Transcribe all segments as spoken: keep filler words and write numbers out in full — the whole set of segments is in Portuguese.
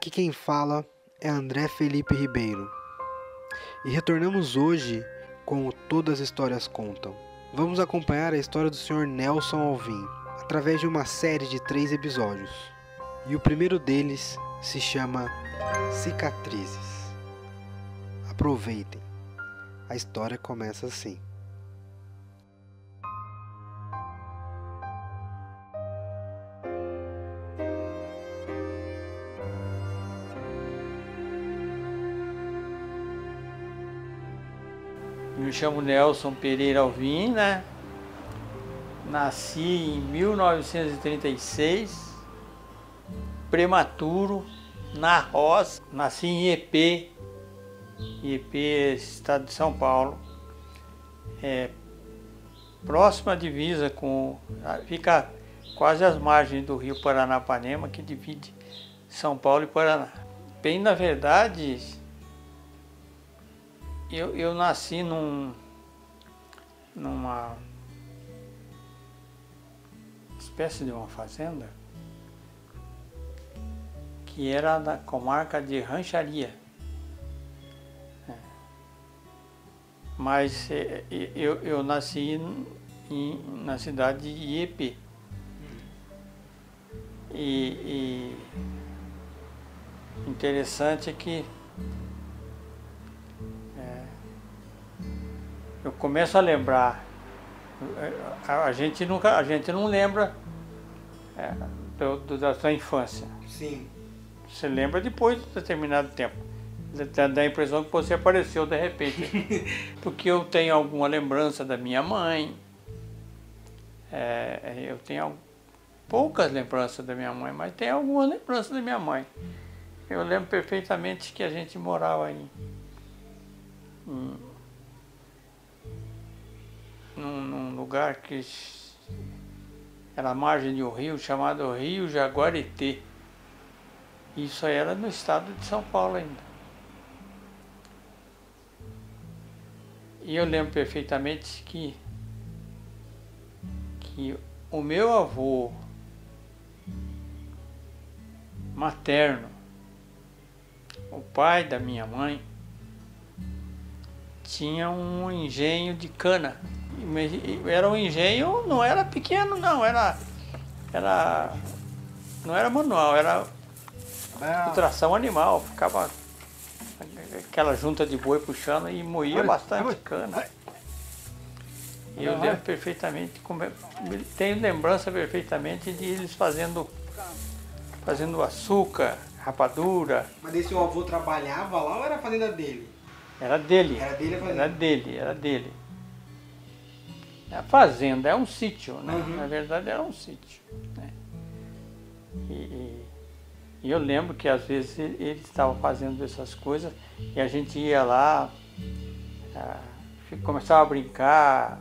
Aqui quem fala é André Felipe Ribeiro e retornamos hoje com o Todas as Histórias Contam. Vamos acompanhar a história do senhor Nelson Alvim através de uma série de três episódios e o primeiro deles se chama Cicatrizes. Aproveitem, a história começa assim. Me chamo Nelson Pereira Alvim, né? Nasci em mil novecentos e trinta e seis, prematuro, na roça. Nasci em I P, I P, estado de São Paulo. É, próxima à divisa com... Fica quase às margens do rio Paranapanema, que divide São Paulo e Paraná. Bem, na verdade... Eu, eu nasci num, numa espécie de uma fazenda que era da comarca de Rancharia. É. Mas é, eu, eu nasci em, na cidade de I P. E, e interessante é que eu começo a lembrar, a, a gente nunca, a gente não lembra é, do, do, da sua infância. Sim. Você lembra depois de determinado tempo. Dá a impressão que você apareceu de repente. Porque eu tenho alguma lembrança da minha mãe, é, eu tenho poucas lembranças da minha mãe, mas tenho alguma lembrança da minha mãe. Eu lembro perfeitamente que a gente morava em, em Num, num lugar que era à margem de um rio chamado Rio Jaguareté. Isso era no estado de São Paulo ainda. E eu lembro perfeitamente que, que o meu avô materno, o pai da minha mãe, tinha um engenho de cana. Era um engenho, não era pequeno não, era, era não era manual, era tração animal, ficava aquela junta de boi puxando e moía bastante cana. E eu lembro perfeitamente, tenho lembrança perfeitamente de eles fazendo, fazendo açúcar, rapadura. Mas esse seu avô trabalhava lá ou era a fazenda dele? Era dele, era dele a fazenda? Era dele, era dele. A fazenda é um sítio, né? Uhum. Na verdade era um sítio, né? E, e, e eu lembro que às vezes eles estavam fazendo essas coisas e a gente ia lá, ah, começava a brincar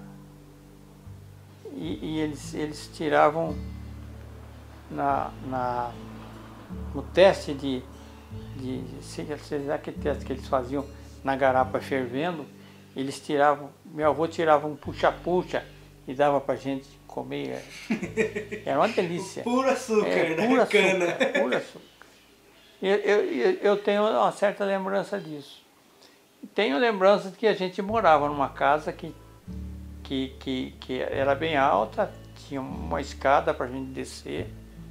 e, e eles, eles tiravam na, na, no teste de, de, de será que teste que eles faziam na garapa fervendo, eles tiravam, meu avô tirava um puxa-puxa e dava pra gente comer. Era uma delícia. Puro açúcar, é, né? Puro açúcar, Cana. Puro açúcar. Eu, eu, eu tenho uma certa lembrança disso. Tenho lembrança de que a gente morava numa casa que, que, que, que era bem alta, tinha uma escada pra gente descer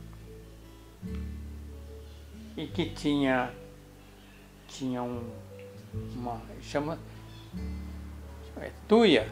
e que tinha, tinha um, uma, chama, é tuia.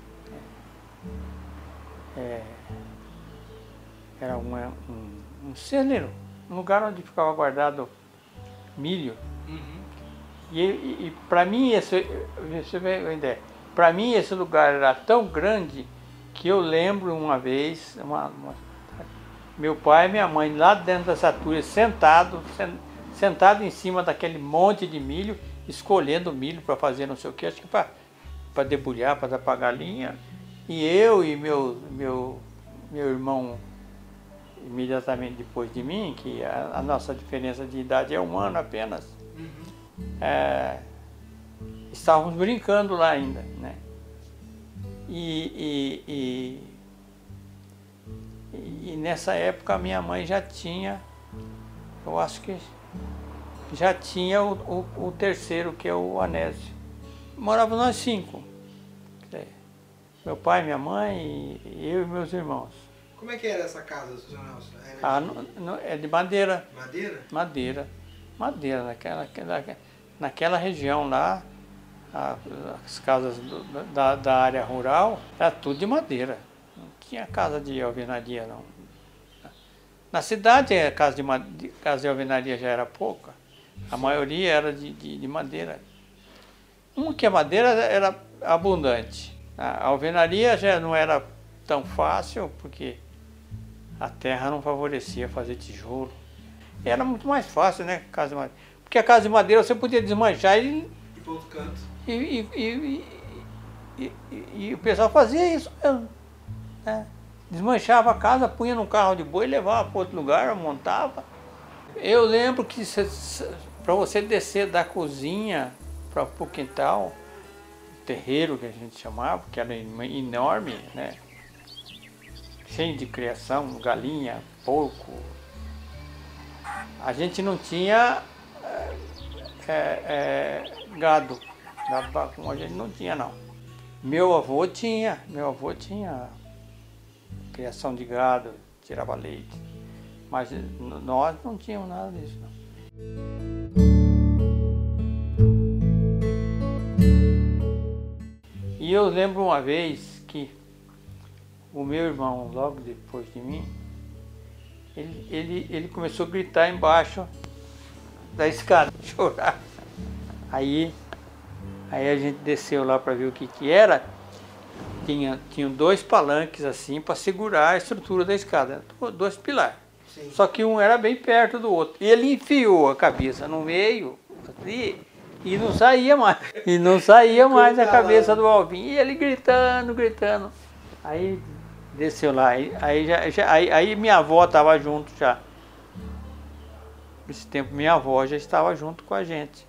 É, era uma, um, um celeiro, um lugar onde ficava guardado milho. Uhum. E, e, e para mim esse, você vê a ideia, para mim esse lugar era tão grande que eu lembro uma vez, uma, uma, meu pai e minha mãe lá dentro dessa tuia, sentado, sentado em cima daquele monte de milho, escolhendo milho para fazer não sei o que, acho que para para debulhar, para dar para galinha. E eu e meu, meu, meu irmão, imediatamente depois de mim, que a, a nossa diferença de idade é um ano apenas, uhum. é, estávamos brincando lá ainda, né? E, e, e, e nessa época a minha mãe já tinha, eu acho que já tinha o, o, o terceiro, que é o Anésio. Morávamos nós cinco. Meu pai, minha mãe, e eu e meus irmãos. Como é que era essa casa, seu Nelson? Era ah, no, no, é de madeira. Madeira? Madeira. Madeira, naquela, naquela, naquela região lá, a, as casas do, da, da área rural, era tudo de madeira. Não tinha casa de alvenaria, não. Na cidade, a casa de, de, casa de alvenaria já era pouca. A maioria era de, de, de madeira. Uma que a madeira era abundante. A alvenaria já não era tão fácil, porque a terra não favorecia fazer tijolo. Era muito mais fácil, né, casa de madeira. Porque a casa de madeira você podia desmanchar e... E para outro canto. E, e, e, e, e, e o pessoal fazia isso mesmo, né? Desmanchava a casa, punha num carro de boi, levava para outro lugar, montava. Eu lembro que para você descer da cozinha para o quintal, terreiro que a gente chamava, que era enorme, né? Cheio de criação, galinha, porco. A gente não tinha é, é, gado, gado vacum a gente não tinha não. Meu avô tinha, meu avô tinha criação de gado, tirava leite, mas nós não tínhamos nada disso não. E eu lembro uma vez que o meu irmão, logo depois de mim, ele, ele, ele começou a gritar embaixo da escada, chorar. Aí, aí a gente desceu lá para ver o que que era. Tinha, tinha dois palanques assim para segurar a estrutura da escada, dois pilares. Sim. Só que um era bem perto do outro. E ele enfiou a cabeça no meio assim, e não saía mais. E não saía mais a cabeça do Alvim. E ele gritando, gritando. Aí desceu lá. Aí, aí, já, já, aí, aí minha avó estava junto já. Nesse tempo minha avó já estava junto com a gente.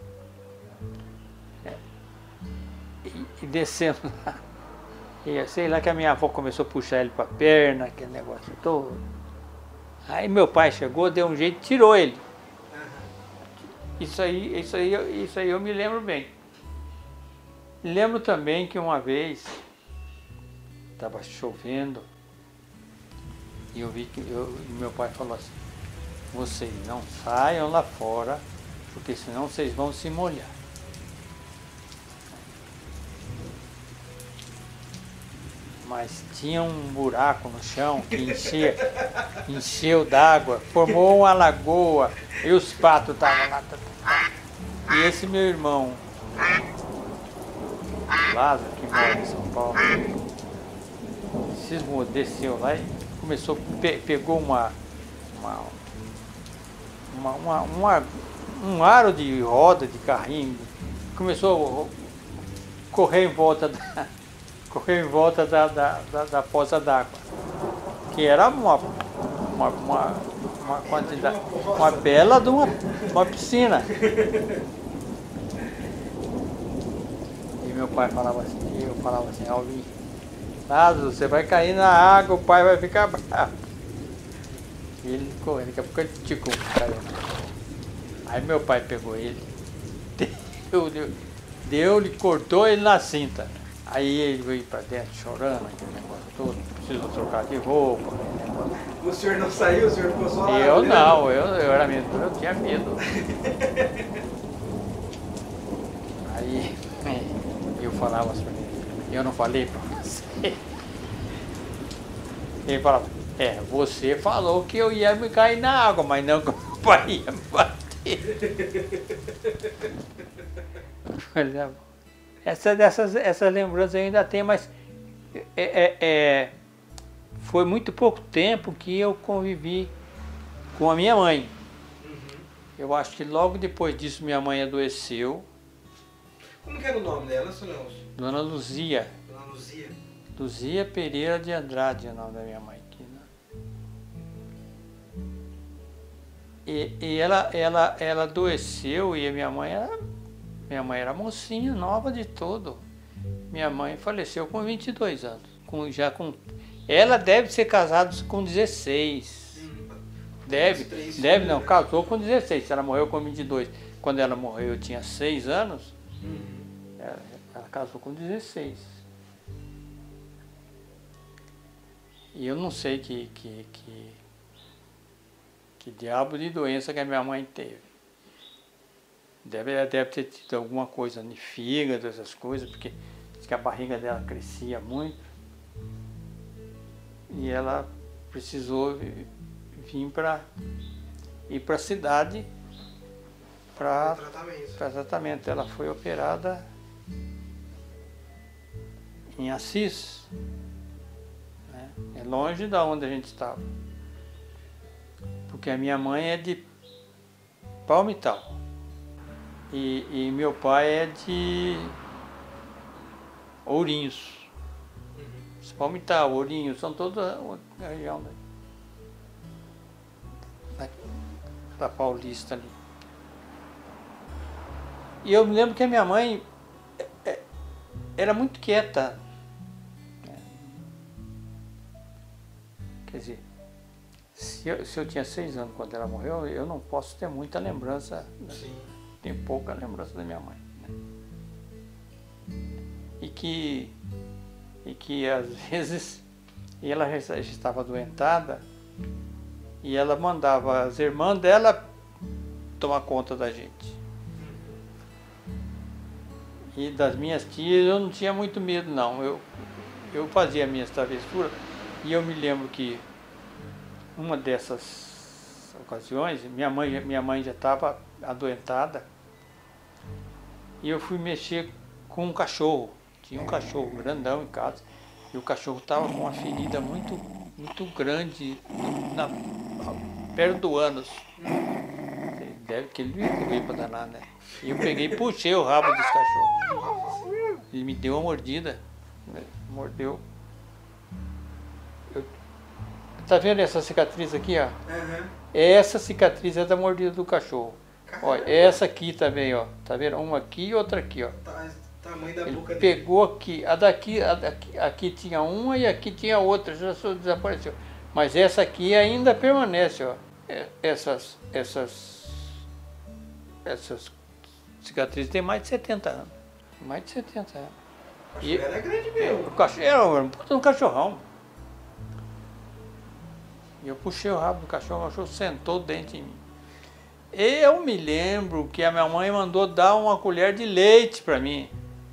E, e descendo lá. E sei lá que a minha avó começou a puxar ele para a perna, aquele negócio todo. Aí meu pai chegou, deu um jeito e tirou ele. Isso aí, isso aí, isso aí eu me lembro bem. Lembro também que uma vez estava chovendo e eu vi que eu, meu pai falou assim: vocês não saiam lá fora, porque senão vocês vão se molhar. Mas tinha um buraco no chão que enchia, encheu d'água, formou uma lagoa e os patos estavam lá. E esse meu irmão, Lázaro, que mora em São Paulo, cismou, desceu lá e começou, pe pegou uma, uma, uma, uma, uma, um aro de roda de carrinho, começou a correr em volta da... correu em volta da, da, da, da poça d'água, que era uma, uma, uma, uma quantidade, uma bela de uma, uma piscina. E meu pai falava assim, eu falava assim: Alvim, Lázaro, você vai cair na água, o pai vai ficar bravo. E ele correndo, daqui a pouco ele ticou, caiu. Aí meu pai pegou ele, deu, deu, deu-lhe, cortou ele na cinta. Aí ele veio pra dentro chorando, aquele negócio todo, preciso trocar de roupa, aquele negócio. O senhor não saiu? O senhor ficou só lá? Eu não, eu, eu era medo, eu tinha medo. Aí eu falava assim, eu não falei pra você. Ele falava, é, você falou que eu ia me cair na água, mas não que o pai ia me bater. Essa, dessas, essas lembranças eu ainda tenho, mas é, é, é, foi muito pouco tempo que eu convivi com a minha mãe. Uhum. Eu acho que logo depois disso minha mãe adoeceu. Como que era o nome dela, seu Nelson? Dona Luzia. Dona Luzia? Luzia Pereira de Andrade é o nome da minha mãe. Aqui, né? E, e ela, ela, ela adoeceu e a minha mãe era... Minha mãe era mocinha, nova de tudo. Minha mãe faleceu com vinte e dois anos. Com, já com, ela deve ser casada com dezesseis. Deve, três deve filhos, não, né? casou com dezesseis, se ela morreu com vinte e dois. Quando ela morreu eu tinha seis anos, Uhum. ela, ela casou com dezesseis. E eu não sei que, que, que, que diabo de doença que a minha mãe teve. Deve, ela deve ter tido alguma coisa no fígado, essas coisas, porque diz que a barriga dela crescia muito. E ela precisou vir para ir para a cidade para Tratamento. tratamento. Ela foi operada em Assis, né? É longe da onde a gente estava. Porque a minha mãe é de Palmital e, e meu pai é de Ourinhos. Palmital, Ourinhos, são toda a região da, da Paulista ali. E eu me lembro que a minha mãe era muito quieta. Quer dizer, se eu, se eu tinha seis anos quando ela morreu, eu não posso ter muita lembrança. Sim. Tenho pouca lembrança da minha mãe. Né? E que, e que às vezes ela já estava adoentada e ela mandava as irmãs dela tomar conta da gente. E das minhas tias eu não tinha muito medo não. Eu, eu fazia minhas travessuras e eu me lembro que uma dessas ocasiões, minha mãe, minha mãe já estava adoentada e eu fui mexer com um cachorro. Tinha um cachorro grandão em casa e o cachorro estava com uma ferida muito, muito grande na, perto do ânus. Deve que ele me doeu para danar, né? E eu peguei e puxei o rabo desse cachorro. Ele me deu uma mordida, né? Mordeu. Eu... Tá vendo essa cicatriz aqui, ó? Uhum. Essa cicatriz é da mordida do cachorro. Caramba. Olha, essa aqui também, ó. Tá vendo? Uma aqui e outra aqui, ó. Tá, tamanho da Ele boca dele. pegou aqui, a daqui, a daqui, aqui tinha uma e aqui tinha outra, já só desapareceu. Mas essa aqui ainda permanece, ó. Essas, essas, essas cicatrizes têm mais de setenta anos. Mais de setenta anos. O E cachorro era grande mesmo. o cachorro era um puta um cachorrão. E eu puxei o rabo do cachorro, o cachorro sentou dentro de mim. Eu me lembro que a minha mãe mandou dar uma colher de leite para mim.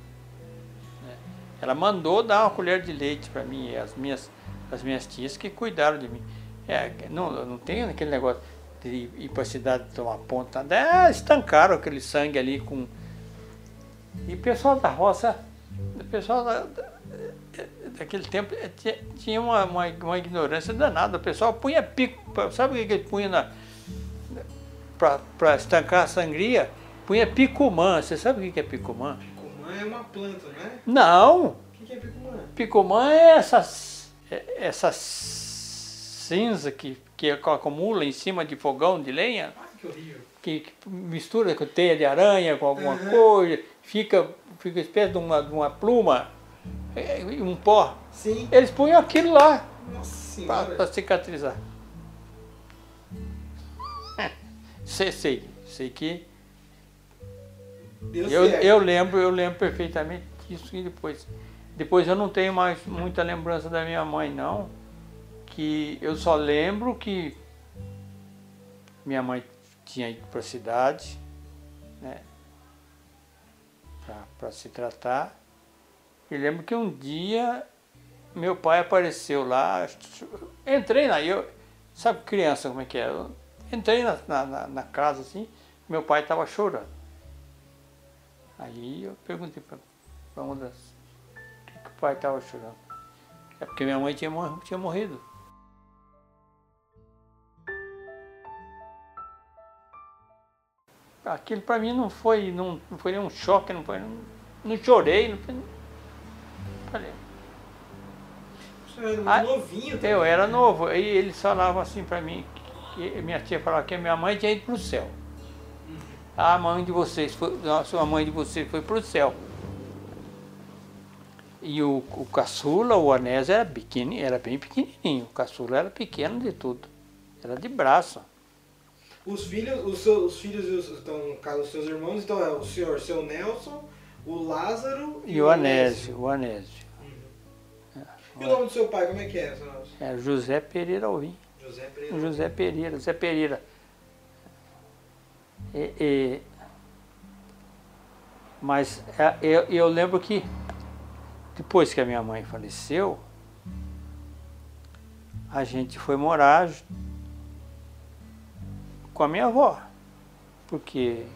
Ela mandou dar uma colher de leite para mim, e as minhas, as minhas tias que cuidaram de mim. É, não, não tem aquele negócio de ir para a cidade tomar ponta. É, estancaram aquele sangue ali com... E o pessoal da roça, o pessoal da, da, daquele tempo tinha uma, uma, uma ignorância danada. O pessoal punha pico, sabe o que ele punha para estancar a sangria? Punha picumã. Você sabe o que é picumã? Picumã é uma planta, não é? Não! O que é picumã? Picumã é essas, essa cinza que, que acumula em cima de fogão de lenha, Ah, que horrível. que, que mistura com teia de aranha, com alguma Uhum. coisa, fica, fica espécie de uma, de uma pluma, um pó. Sim. Eles punham aquilo lá Nossa senhora. para cicatrizar. Sei, sei, sei que Deu eu, certo. eu lembro, eu lembro perfeitamente disso. E depois, depois eu não tenho mais muita lembrança da minha mãe, não. Que eu só lembro que minha mãe tinha ido para a cidade, né, para se tratar. E lembro que um dia meu pai apareceu lá, entrei na, eu, sabe criança como é que é? Eu entrei na, na, na casa assim, meu pai estava chorando. Aí eu perguntei para uma das, por que, que o pai estava chorando? É porque minha mãe tinha, tinha morrido. Aquilo para mim não foi, não, não foi nenhum choque, não, foi, não, não chorei, não foi, falei. Você era muito Ah, novinho também, Eu era né? novo, aí eles falavam assim para mim, que minha tia falava que a minha mãe tinha ido para o céu. A mãe de vocês, foi, nossa, a mãe de vocês foi para o céu. E o, o caçula, o Anésio, era pequeno, era bem pequenininho. O caçula era pequeno de tudo. Era de braço. Os filhos, os seus os filhos, e os, então, no caso, os seus irmãos, então é o senhor, seu Nelson, o Lázaro e, e o Anésio. O Anésio. Uhum. É. E o nome do seu pai, como é que é, seu Nelson? É José Pereira Alvim. José Pereira. José Pereira, José Pereira. E, e, mas eu, eu lembro que depois que a minha mãe faleceu, a gente foi morar com a minha avó, porque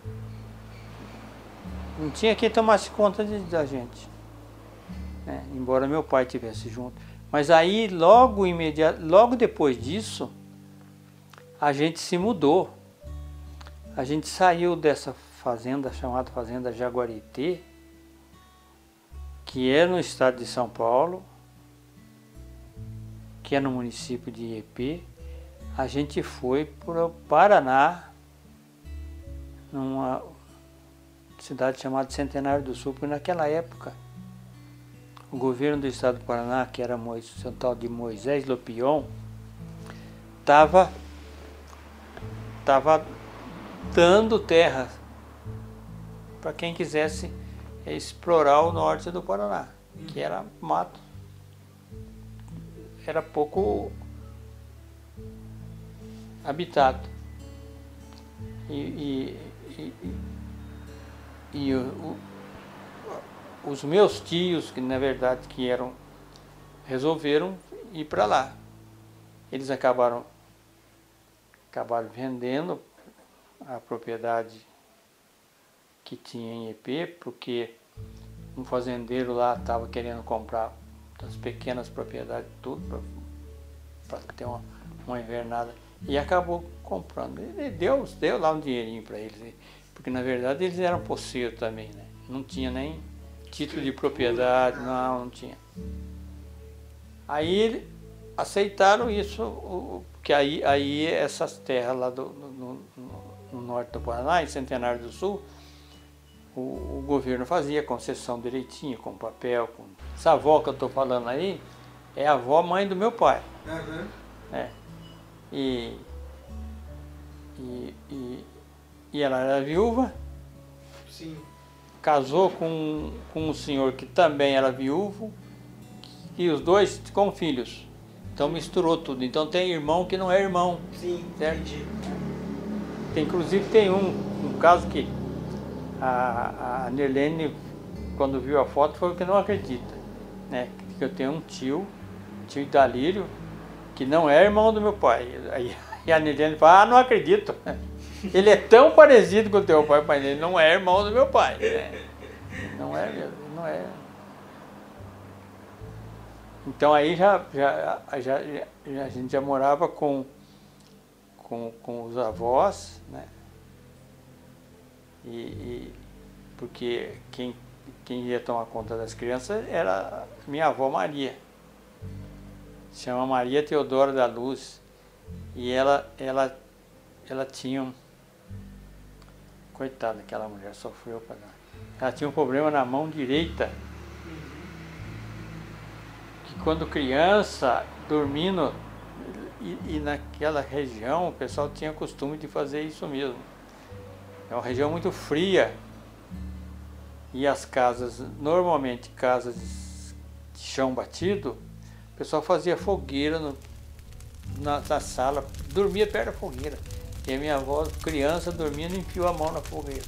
não tinha quem tomasse conta de, da gente, né? Embora meu pai estivesse junto. Mas aí, logo, imediato, logo depois disso, a gente se mudou. A gente saiu dessa fazenda chamada Fazenda Jaguareté, que é no estado de São Paulo, que é no município de Iepê. A gente foi para o Paraná, numa cidade chamada Centenário do Sul, porque naquela época o governo do estado do Paraná, que era o tal de Moisés Lopion, estava tava dando terra para quem quisesse explorar o norte do Paraná, que era mato. Era pouco habitado. E, e, e, e o, o, os meus tios, que na verdade que eram, resolveram ir para lá. Eles acabaram, acabaram vendendo a propriedade que tinha em Iepê, porque um fazendeiro lá estava querendo comprar as pequenas propriedades, tudo, para ter uma, uma invernada. E acabou comprando. Ele deu, deu lá um dinheirinho para eles, porque na verdade eles eram poceiros também, né? Não tinha nem título de propriedade, não, não tinha. Aí aceitaram isso, porque aí, aí essas terras lá do, no, no, no norte do Paraná, em Centenário do Sul, o, o governo fazia concessão direitinho, com papel. Com... Essa avó que eu estou falando aí é a avó mãe do meu pai. Uhum. É. E, e, e, e ela era viúva. Sim. Casou com, com um senhor que também era viúvo, e os dois com filhos. Então misturou tudo. Então tem irmão que não é irmão. Sim, certo? entendi. Tem, inclusive tem um, um caso que a, a Nerlene, quando viu a foto, falou que não acredita, né? Que eu tenho um tio, tio Dalírio, que não é irmão do meu pai. Aí, e a Nerlene fala, ah, não acredito. Ele é tão parecido com o teu pai, mas ele não é irmão do meu pai. Né? Não é mesmo, não é. Então aí já, já, já, já a gente já morava com, com, com os avós, né? E, e porque quem, quem ia tomar conta das crianças era minha avó Maria. Se chama Maria Teodora da Luz. E ela, ela, ela tinha um... Coitada, aquela mulher sofreu para dar. Ela tinha um problema na mão direita. Que quando criança, dormindo, e, e naquela região, o pessoal tinha costume de fazer isso mesmo. É uma região muito fria. E as casas, normalmente casas de chão batido, o pessoal fazia fogueira no, na, na sala, dormia perto da fogueira. E a minha avó, criança, dormindo, enfiou a mão na fogueira.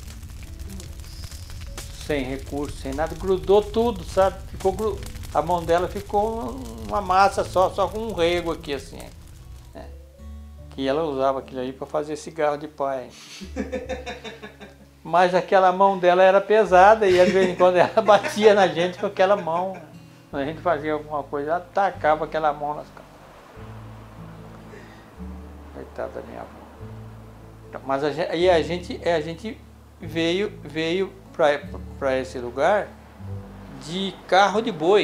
Sem recurso, sem nada, grudou tudo, sabe? Ficou gru... A mão dela ficou uma massa só, só com um rego aqui, assim. Né? Que ela usava aquilo aí para fazer cigarro de pai. Mas aquela mão dela era pesada e de vez em quando ela batia na gente com aquela mão. Quando a gente fazia alguma coisa, ela atacava aquela mão nas costas. Coitada da minha avó. Mas a gente, aí a gente, a gente veio, veio para esse lugar de carro de boi.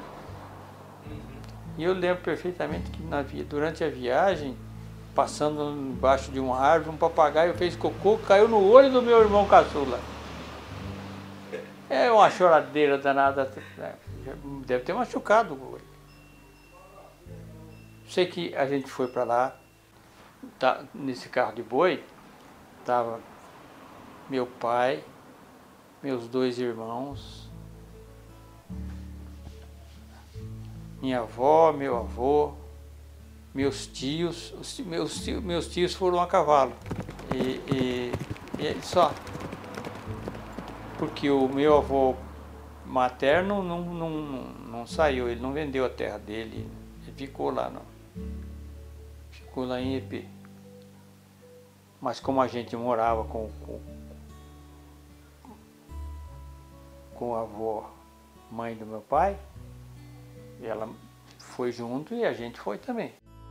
E eu lembro perfeitamente que na, durante a viagem, passando embaixo de uma árvore, um papagaio fez cocô, caiu no olho do meu irmão caçula. É uma choradeira danada, deve ter machucado o olho. Sei que a gente foi para lá, tá, nesse carro de boi, estava meu pai, meus dois irmãos, minha avó, meu avô, meus tios, os, meus, tios, meus tios foram a cavalo, e, e, e só, porque o meu avô materno não, não, não saiu, ele não vendeu a terra dele, ele ficou lá, não, ficou lá em Epê. Mas como a gente morava com, com, com a avó, mãe do meu pai, ela foi junto e a gente foi também.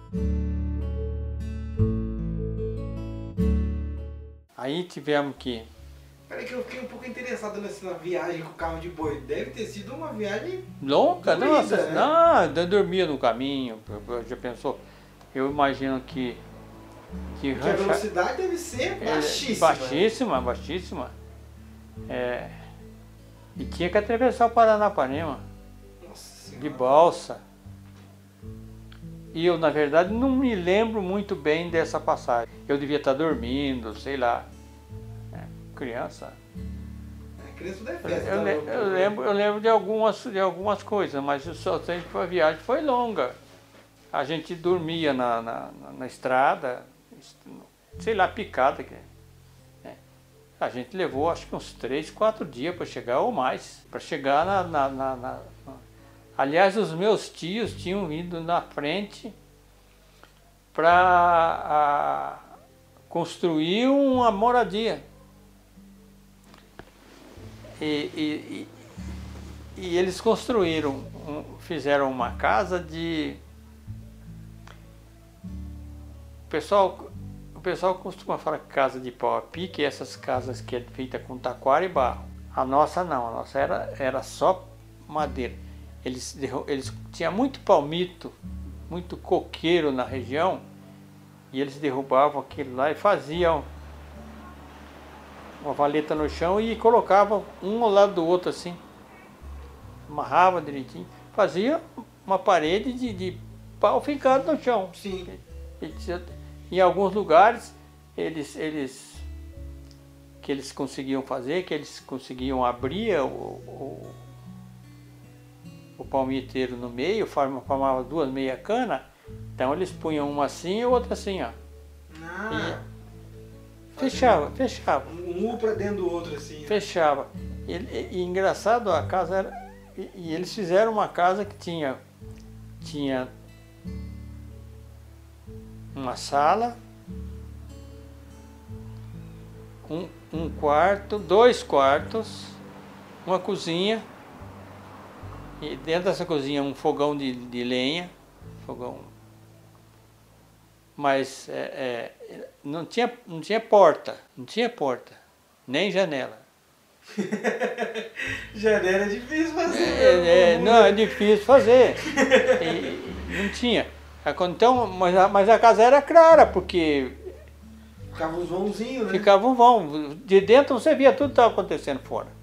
Aí tivemos que... Peraí que eu fiquei um pouco interessado nessa viagem com o carro de boi. Deve ter sido uma viagem... Longa? doida, Nossa, né? não, eu dormia no caminho, já pensou? Eu imagino que... que Porque a velocidade deve ser baixíssima. Baixíssima, baixíssima. É, e tinha que atravessar o Paranapanema. Nossa de balsa. E eu, na verdade, não me lembro muito bem dessa passagem. Eu devia estar dormindo, sei lá. É, criança. É, criança não é festa. Eu, eu, eu, lembro, eu lembro de algumas, de algumas coisas, mas só sei que a viagem foi longa. A gente dormia na, na, na, na estrada, sei lá, picada. Que, né? A gente levou acho que uns três, quatro dias para chegar ou mais. Para chegar na, na, na, na... Aliás, os meus tios tinham ido na frente para construir uma moradia. E, e, e, e eles construíram, um, fizeram uma casa de... O pessoal, o pessoal costuma falar casa de pau a pique, essas casas que é feita com taquara e barro. A nossa não, a nossa era, era só madeira. Eles, eles tinha muito palmito, muito coqueiro na região, e eles derrubavam aquilo lá e faziam uma valeta no chão e colocavam um ao lado do outro assim, amarrava direitinho, fazia uma parede de, de pau fincado no chão. Sim. E, e, em alguns lugares eles, eles que eles conseguiam fazer, que eles conseguiam abrir o, o o palmiteiro no meio, formava duas meia cana, então eles punham uma assim e outra assim, ó. Ah, e fechava, fechava. Um um para dentro do outro assim. Fechava. E, e, e engraçado, a casa era... E, e eles fizeram uma casa que tinha, tinha uma sala, um, um quarto, dois quartos, uma cozinha. E dentro dessa cozinha um fogão de, de lenha, fogão, mas é, é, não, tinha, não tinha porta, não tinha porta, nem janela. Janela é difícil fazer. É, é, não, é difícil fazer, e, não tinha. Então, mas, a, mas a casa era clara, porque... Ficava uns vãozinhos, né? Ficava um vão, de dentro você via tudo que estava acontecendo fora.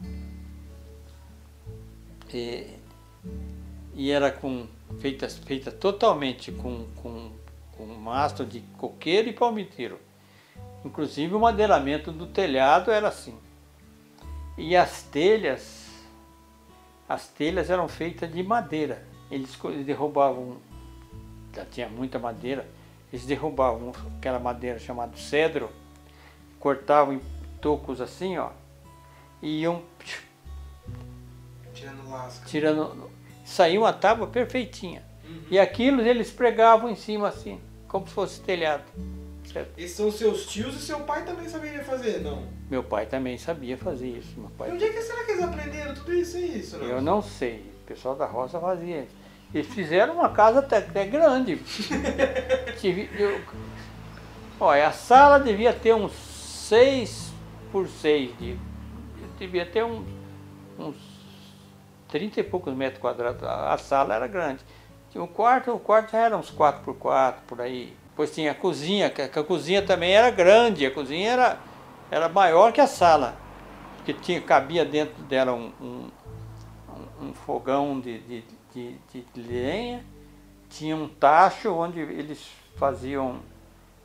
E, e era com, feita, feita totalmente com, com, com mastro de coqueiro e palmiteiro. Inclusive o madeiramento do telhado era assim. E as telhas, as telhas eram feitas de madeira. Eles, eles derrubavam, já tinha muita madeira, eles derrubavam aquela madeira chamada cedro, cortavam em tocos assim, ó, e iam... Tirando lasca. Tirando, saía uma tábua perfeitinha. Uhum. E aquilo eles pregavam em cima assim, como se fosse telhado. Certo? Esses são seus tios e seu pai também saberia fazer, não? Meu pai também sabia fazer isso. Meu pai... E onde é que será que eles aprenderam tudo isso e isso? Não? Eu não sei. O pessoal da roça fazia isso. Eles fizeram uma casa até, até grande. Tive, eu, olha, a sala devia ter uns seis por seis. De, devia ter um, uns trinta e poucos metros quadrados, a, a sala era grande. Tinha um quarto, o quarto já era uns quatro por quatro, por aí. Depois tinha a cozinha, que a, que a cozinha também era grande, a cozinha era, era maior que a sala, porque tinha, cabia dentro dela um, um, um fogão de, de, de, de lenha, tinha um tacho onde eles faziam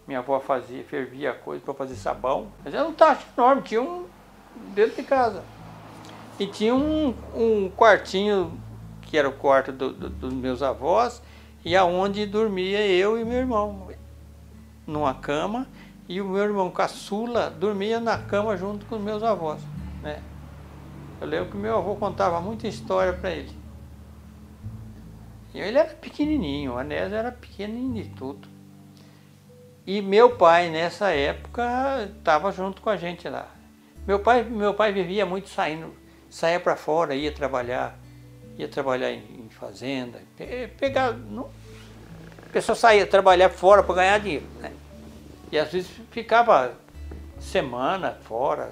minha avó fazia, fervia coisa para fazer sabão. Mas era um tacho enorme, tinha um dentro de casa. E tinha um, um quartinho, que era o quarto do, do, dos meus avós, e aonde dormia eu e meu irmão, numa cama, e o meu irmão caçula dormia na cama junto com os meus avós, né? Eu lembro que meu avô contava muita história para ele. E ele era pequenininho, o Anésio era pequenininho de tudo. E meu pai, nessa época, estava junto com a gente lá. Meu pai, meu pai vivia muito saindo, saía para fora, ia trabalhar, ia trabalhar em, em fazenda, pegar, não, a pessoa saía trabalhar fora para ganhar dinheiro, né? E às vezes ficava semana fora.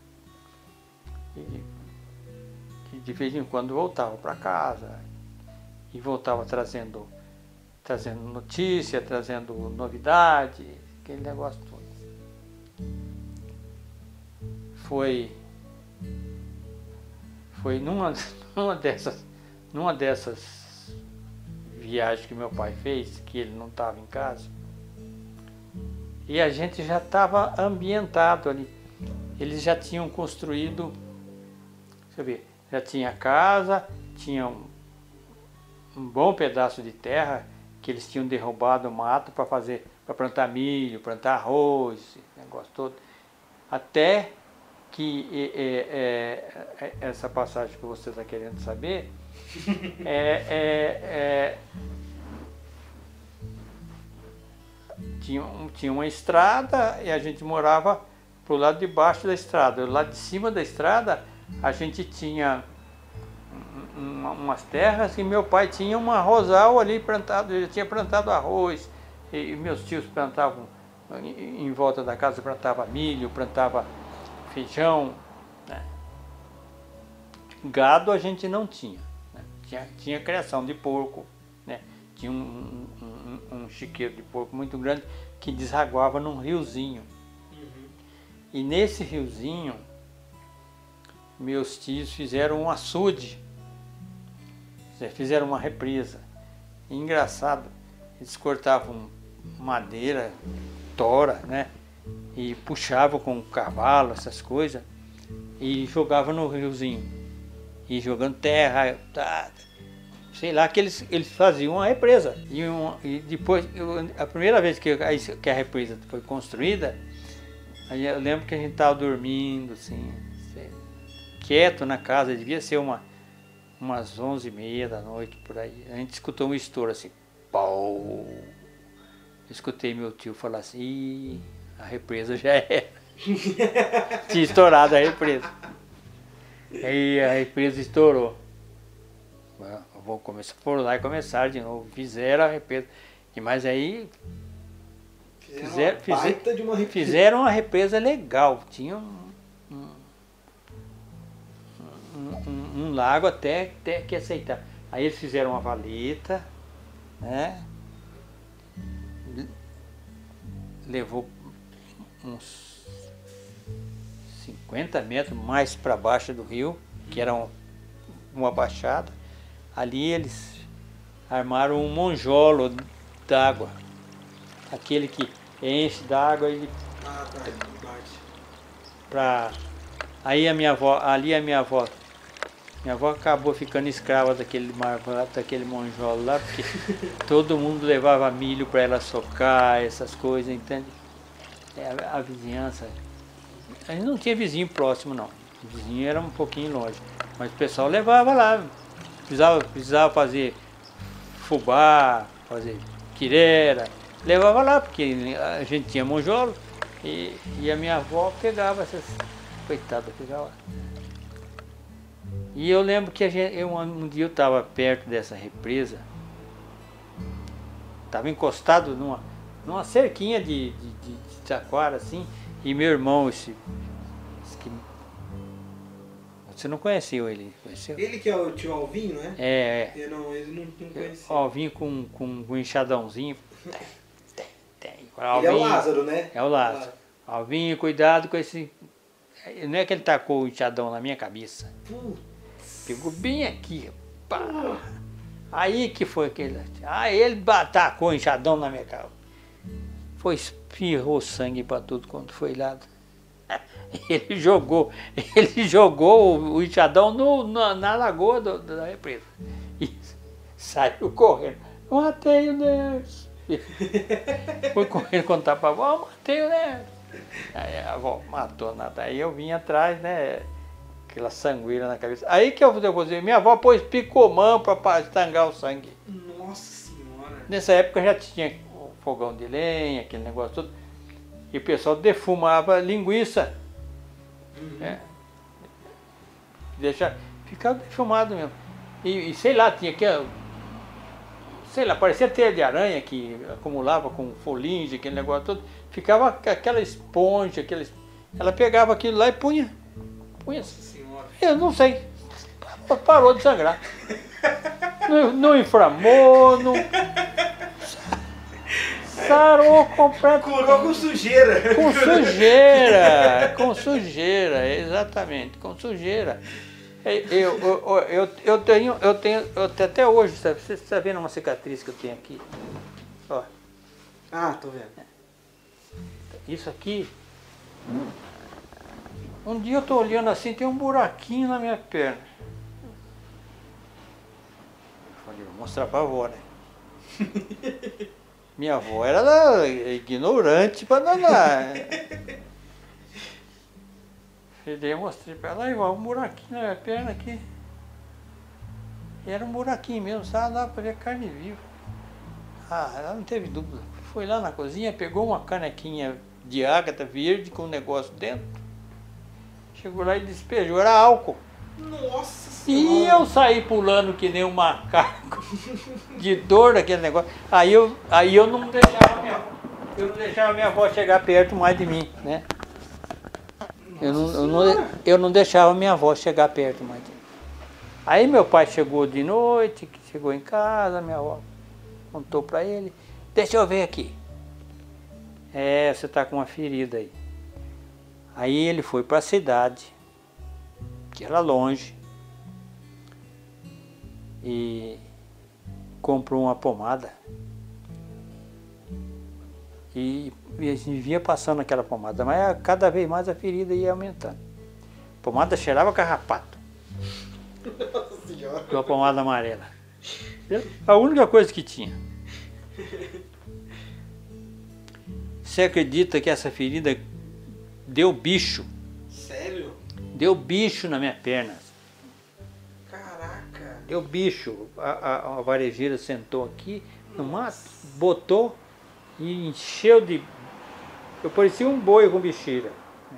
E, de vez em quando voltava para casa e voltava trazendo, trazendo notícia, trazendo novidade, aquele negócio todo. Foi, foi numa, numa, dessas, numa dessas viagens que meu pai fez, que ele não estava em casa, e a gente já estava ambientado ali. Eles já tinham construído, deixa eu ver, já tinha casa, tinha um, um bom pedaço de terra que eles tinham derrubado o mato para fazer, para plantar milho, plantar arroz, esse negócio todo. Até que é, é, é, essa passagem que você está querendo saber é, é, é, tinha, tinha uma estrada e a gente morava pro lado de baixo da estrada. Do lado de cima da estrada a gente tinha umas terras e meu pai tinha uma rosal ali plantado, ele tinha plantado arroz, e, e meus tios plantavam em, em volta da casa, plantava milho, plantava feijão, né? Gado a gente não tinha, né? tinha, tinha criação de porco, né? Tinha um, um, um, um chiqueiro de porco muito grande que desaguava num riozinho. Uhum. E nesse riozinho meus tios fizeram um açude, fizeram uma represa. E, engraçado, eles cortavam madeira, tora, né? E puxavam com o cavalo, essas coisas, e jogavam no riozinho. E jogando terra, tá, sei lá, que eles, eles faziam uma represa. E, um, e depois, eu, a primeira vez que, que a represa foi construída, aí eu lembro que a gente estava dormindo, assim, quieto na casa, devia ser uma, umas onze e meia da noite, por aí. A gente escutou um estouro assim, pau. Eu escutei meu tio falar assim, ih, a represa já era. Tinha estourado a represa. Aí a represa estourou. Eu vou começar, foram lá e começaram de novo, fizeram a represa. E mas aí fizeram, fizeram, uma fizeram, de uma represa. Fizeram uma represa legal, tinha um, um Um, um lago até, até que aceitar. Aí eles fizeram uma valeta, né? Levou uns cinquenta metros mais para baixo do rio, que era um, uma baixada. Ali eles armaram um monjolo d'água, aquele que enche d'água e ah, tá, bate. Pra... Aí a minha avó, ali a minha avó Minha avó acabou ficando escrava daquele marvato, daquele monjolo lá, porque todo mundo levava milho para ela socar, essas coisas, entende? É, a, a vizinhança, a gente não tinha vizinho próximo não, o vizinho era um pouquinho longe, mas o pessoal levava lá, precisava, precisava fazer fubá, fazer quirera, levava lá, porque a gente tinha monjolo, e, e a minha avó pegava essas, coitada, pegava. E eu lembro que a gente, eu, um dia eu estava perto dessa represa, estava encostado numa, numa cerquinha de, de, de, de taquara assim, e meu irmão, esse, esse que, você não conheceu ele? Conheceu? Ele que é o tio Alvinho, né? É, eu não, ele não, não conhecia. Alvinho com, com, com um enxadãozinho. Alvinho, ele é o Lázaro, né? É o Lázaro. Alvinho, cuidado com esse... Não é que ele tacou o enxadão na minha cabeça. Putz. Pegou bem aqui, pá. Uh. Aí que foi aquele... Aí ele tacou o enxadão na minha cabeça. foi, espirrou sangue para tudo quando foi lá. Ele jogou, ele jogou o enxadão no, na, na lagoa do, da represa. E saiu correndo. Matei o Nerso. Foi correndo contar para a avó, matei o Nerso. Aí a avó matou nada. Aí eu vim atrás, né? Aquela sangueira na cabeça. Aí que eu depois, minha avó pôs picomã para estangar o sangue. Nossa Senhora! Nessa época já tinha o fogão de lenha, aquele negócio todo. E o pessoal defumava linguiça. Uhum. É. Deixa, ficava defumado mesmo. E, e sei lá, tinha que. Sei lá, parecia teia de aranha que acumulava com folhinhos, aquele negócio todo. Ficava aquela esponja, aquela, ela pegava aquilo lá e punha. punha. Nossa Senhora! Eu não sei. Parou de sangrar. Não, não inflamou, não. Sarou completamente. Curou com sujeira. Com sujeira, com sujeira, exatamente, com sujeira. Eu, eu, eu, eu tenho, eu tenho, eu tenho até hoje, sabe? Você está vendo uma cicatriz que eu tenho aqui? Ó. Ah, tô vendo. Isso aqui. Um dia eu tô olhando assim, tem um buraquinho na minha perna. Falei, vou mostrar pra avó, né? Minha avó era ignorante para danar. E daí eu mostrei para ela, aí, ó, um buraquinho na minha perna aqui. E era um buraquinho mesmo, sabe? Dava para ver carne viva. Ah, ela não teve dúvida. Foi lá na cozinha, pegou uma canequinha de ágata verde com um negócio dentro. Chegou lá e despejou, era álcool. Nossa Senhora! E eu saí pulando que nem um macaco, de dor daquele negócio. Aí eu, aí eu não deixava minha, eu não deixava minha avó chegar perto mais de mim, né? Eu não, eu, não, eu não deixava minha avó chegar perto mais de mim. Aí meu pai chegou de noite, chegou em casa, minha avó contou para ele, deixa eu ver aqui. É, você está com uma ferida aí. Aí ele foi para a cidade, que era longe, e comprou uma pomada e, e a gente vinha passando aquela pomada, mas cada vez mais a ferida ia aumentando. A pomada cheirava carrapato. Nossa Senhora! Com a pomada amarela. A única coisa que tinha. Você acredita que essa ferida deu bicho? Sério? Deu bicho na minha perna. Caraca! Deu bicho. A, a, a varejeira sentou aqui no mato, botou e encheu de... Eu parecia um boi com bicheira.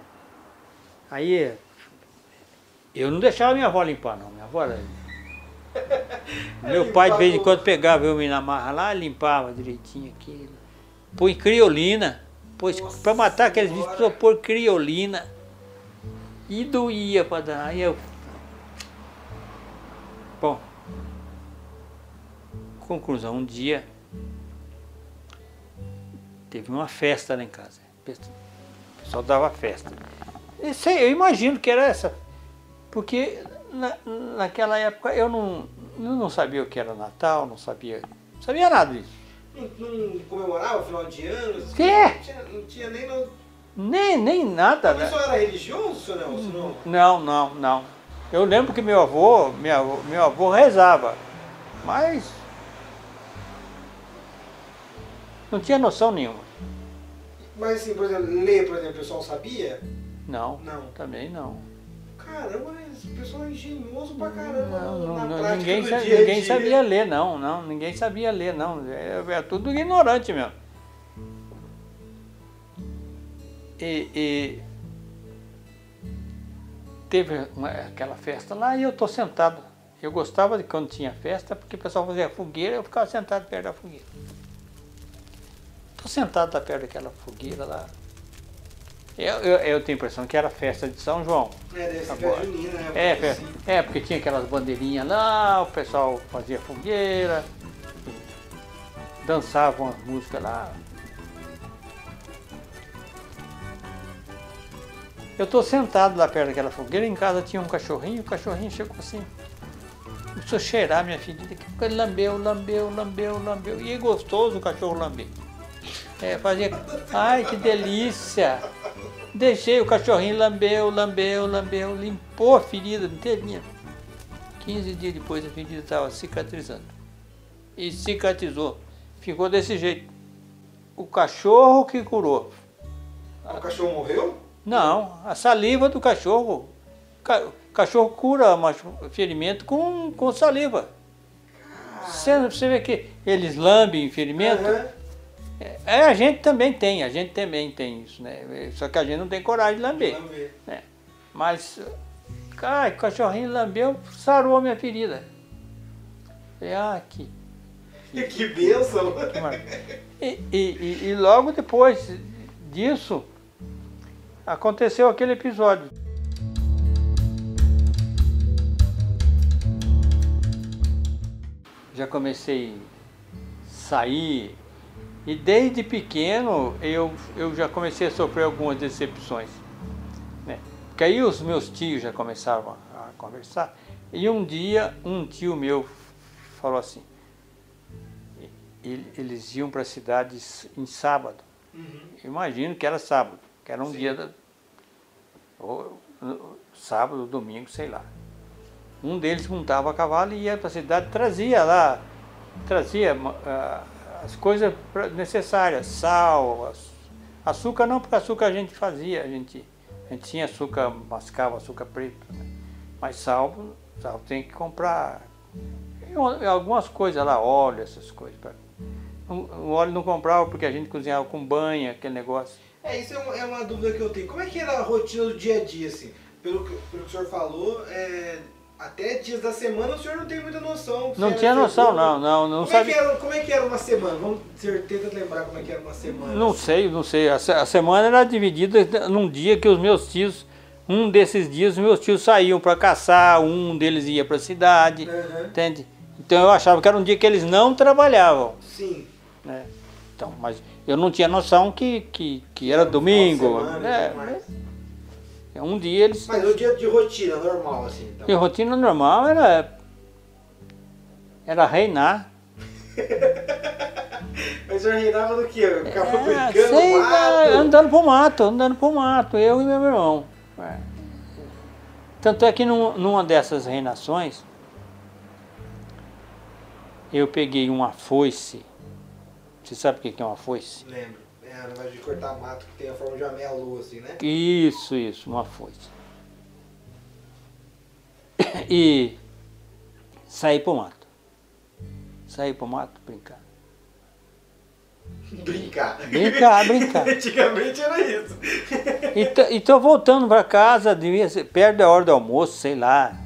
Aí eu não deixava minha avó limpar não. Minha avó era... Meu pai de vez em quando pegava eu me na marra lá, limpava direitinho aquilo. Põe criolina. Para matar aqueles bichos, precisou pôr criolina. E doía para dar. Aí eu... Bom. Conclusão, um dia teve uma festa lá em casa. O pessoal dava festa. Isso aí, eu imagino que era essa. Porque na, naquela época eu não, eu não sabia o que era Natal, não sabia, não sabia nada disso. Não, não comemorava o final de ano? Que? Não tinha, não tinha nem... No... Nem, nem nada. Mas o senhor era religioso, senhor Nelson? Não, não, não. Eu lembro que meu avô, minha, meu avô rezava, mas não tinha noção nenhuma. Mas assim, por exemplo, ler, por exemplo, o pessoal sabia? Não, Não. Também não. Caramba, mas o pessoal é engenhoso pra caramba. Não, não, na não, prática ninguém, do sa- dia a ninguém dia. sabia ler, não, não, ninguém sabia ler, não. É, é tudo ignorante mesmo. E, e teve uma, aquela festa lá e eu tô sentado. Eu gostava de quando tinha festa, porque o pessoal fazia fogueira, eu ficava sentado perto da fogueira. Tô sentado lá perto daquela fogueira lá. Eu, eu, eu tenho a impressão que era festa de São João. É, deve ser Agora. festa junina, né? É, Porque é, assim, é, porque tinha aquelas bandeirinhas lá, o pessoal fazia fogueira, dançavam as músicas lá. Eu estou sentado lá perto daquela fogueira, em casa tinha um cachorrinho, o cachorrinho chegou assim, começou a cheirar minha filha, daqui a pouco ele lambeu, lambeu, lambeu, lambeu, e é gostoso o cachorro lamber. É, fazia. Ai, que delícia! Deixei o cachorrinho, lambeu, lambeu, lambeu, limpou a ferida inteirinha. quinze dias depois a ferida estava cicatrizando. E cicatrizou. Ficou desse jeito. O cachorro que curou. O cachorro morreu? Não, a saliva do cachorro. O cachorro cura ferimento com, com saliva. Você, você vê que eles lambem ferimento? Uhum. É, a gente também tem, a gente também tem isso, né? Só que a gente não tem coragem de lamber. lamber. Né? Mas, cara, o cachorrinho lambeu, sarou a minha ferida. Falei, ah, que... Que, que bênção! Que e, e, e logo depois disso, aconteceu aquele episódio. Já comecei a sair. E desde pequeno eu, eu já comecei a sofrer algumas decepções. Né? Porque aí os meus tios já começavam a conversar. E um dia um tio meu falou assim, eles iam para a cidade em sábado. Uhum. Imagino que era sábado, que era um Sim. dia, da, ou, sábado, domingo, sei lá. Um deles montava a cavalo e ia para a cidade, trazia lá, trazia... Uh, as coisas necessárias, sal, açúcar não, porque açúcar a gente fazia, a gente, a gente tinha açúcar, mascava açúcar preto, né? Mas sal, sal tem que comprar, e algumas coisas lá, óleo, essas coisas. O óleo não comprava porque a gente cozinhava com banha, aquele negócio. É, isso é uma, é uma dúvida que eu tenho. Como é que era a rotina do dia a dia, assim? Pelo que, pelo que o senhor falou, é... até dias da semana o senhor não tem muita noção. Não tinha noção, não, não, não como sabe. É que era, como é que era uma semana? Vamos tenta lembrar como é que era uma semana. Não sei, não sei. A, a semana era dividida num dia que os meus tios, um desses dias, os meus tios saíam para caçar, um deles ia para a cidade, uhum. Entende? Então eu achava que era um dia que eles não trabalhavam. Sim. Né? Então, mas eu não tinha noção que, que, que era domingo. Semana, né? Mas, um dia eles... Mas o dia de rotina normal, assim? Então. E rotina normal era... Era reinar. Mas o senhor reinava do quê? Ficava é, brincando sei, no mato? Andando pro mato, andando pro mato, eu e meu irmão. É. Tanto é que num, numa dessas reinações, eu peguei uma foice. Você sabe o que é uma foice? Lembro. É, na verdade de cortar mato que tem a forma de uma meia-lua, assim, né? Isso, isso, uma foice. E saí pro mato. Saí pro mato, brincar. Brincar? Brincar, brincar. Antigamente era isso. E, tô, e tô voltando pra casa, devia ser perto da hora do almoço, sei lá.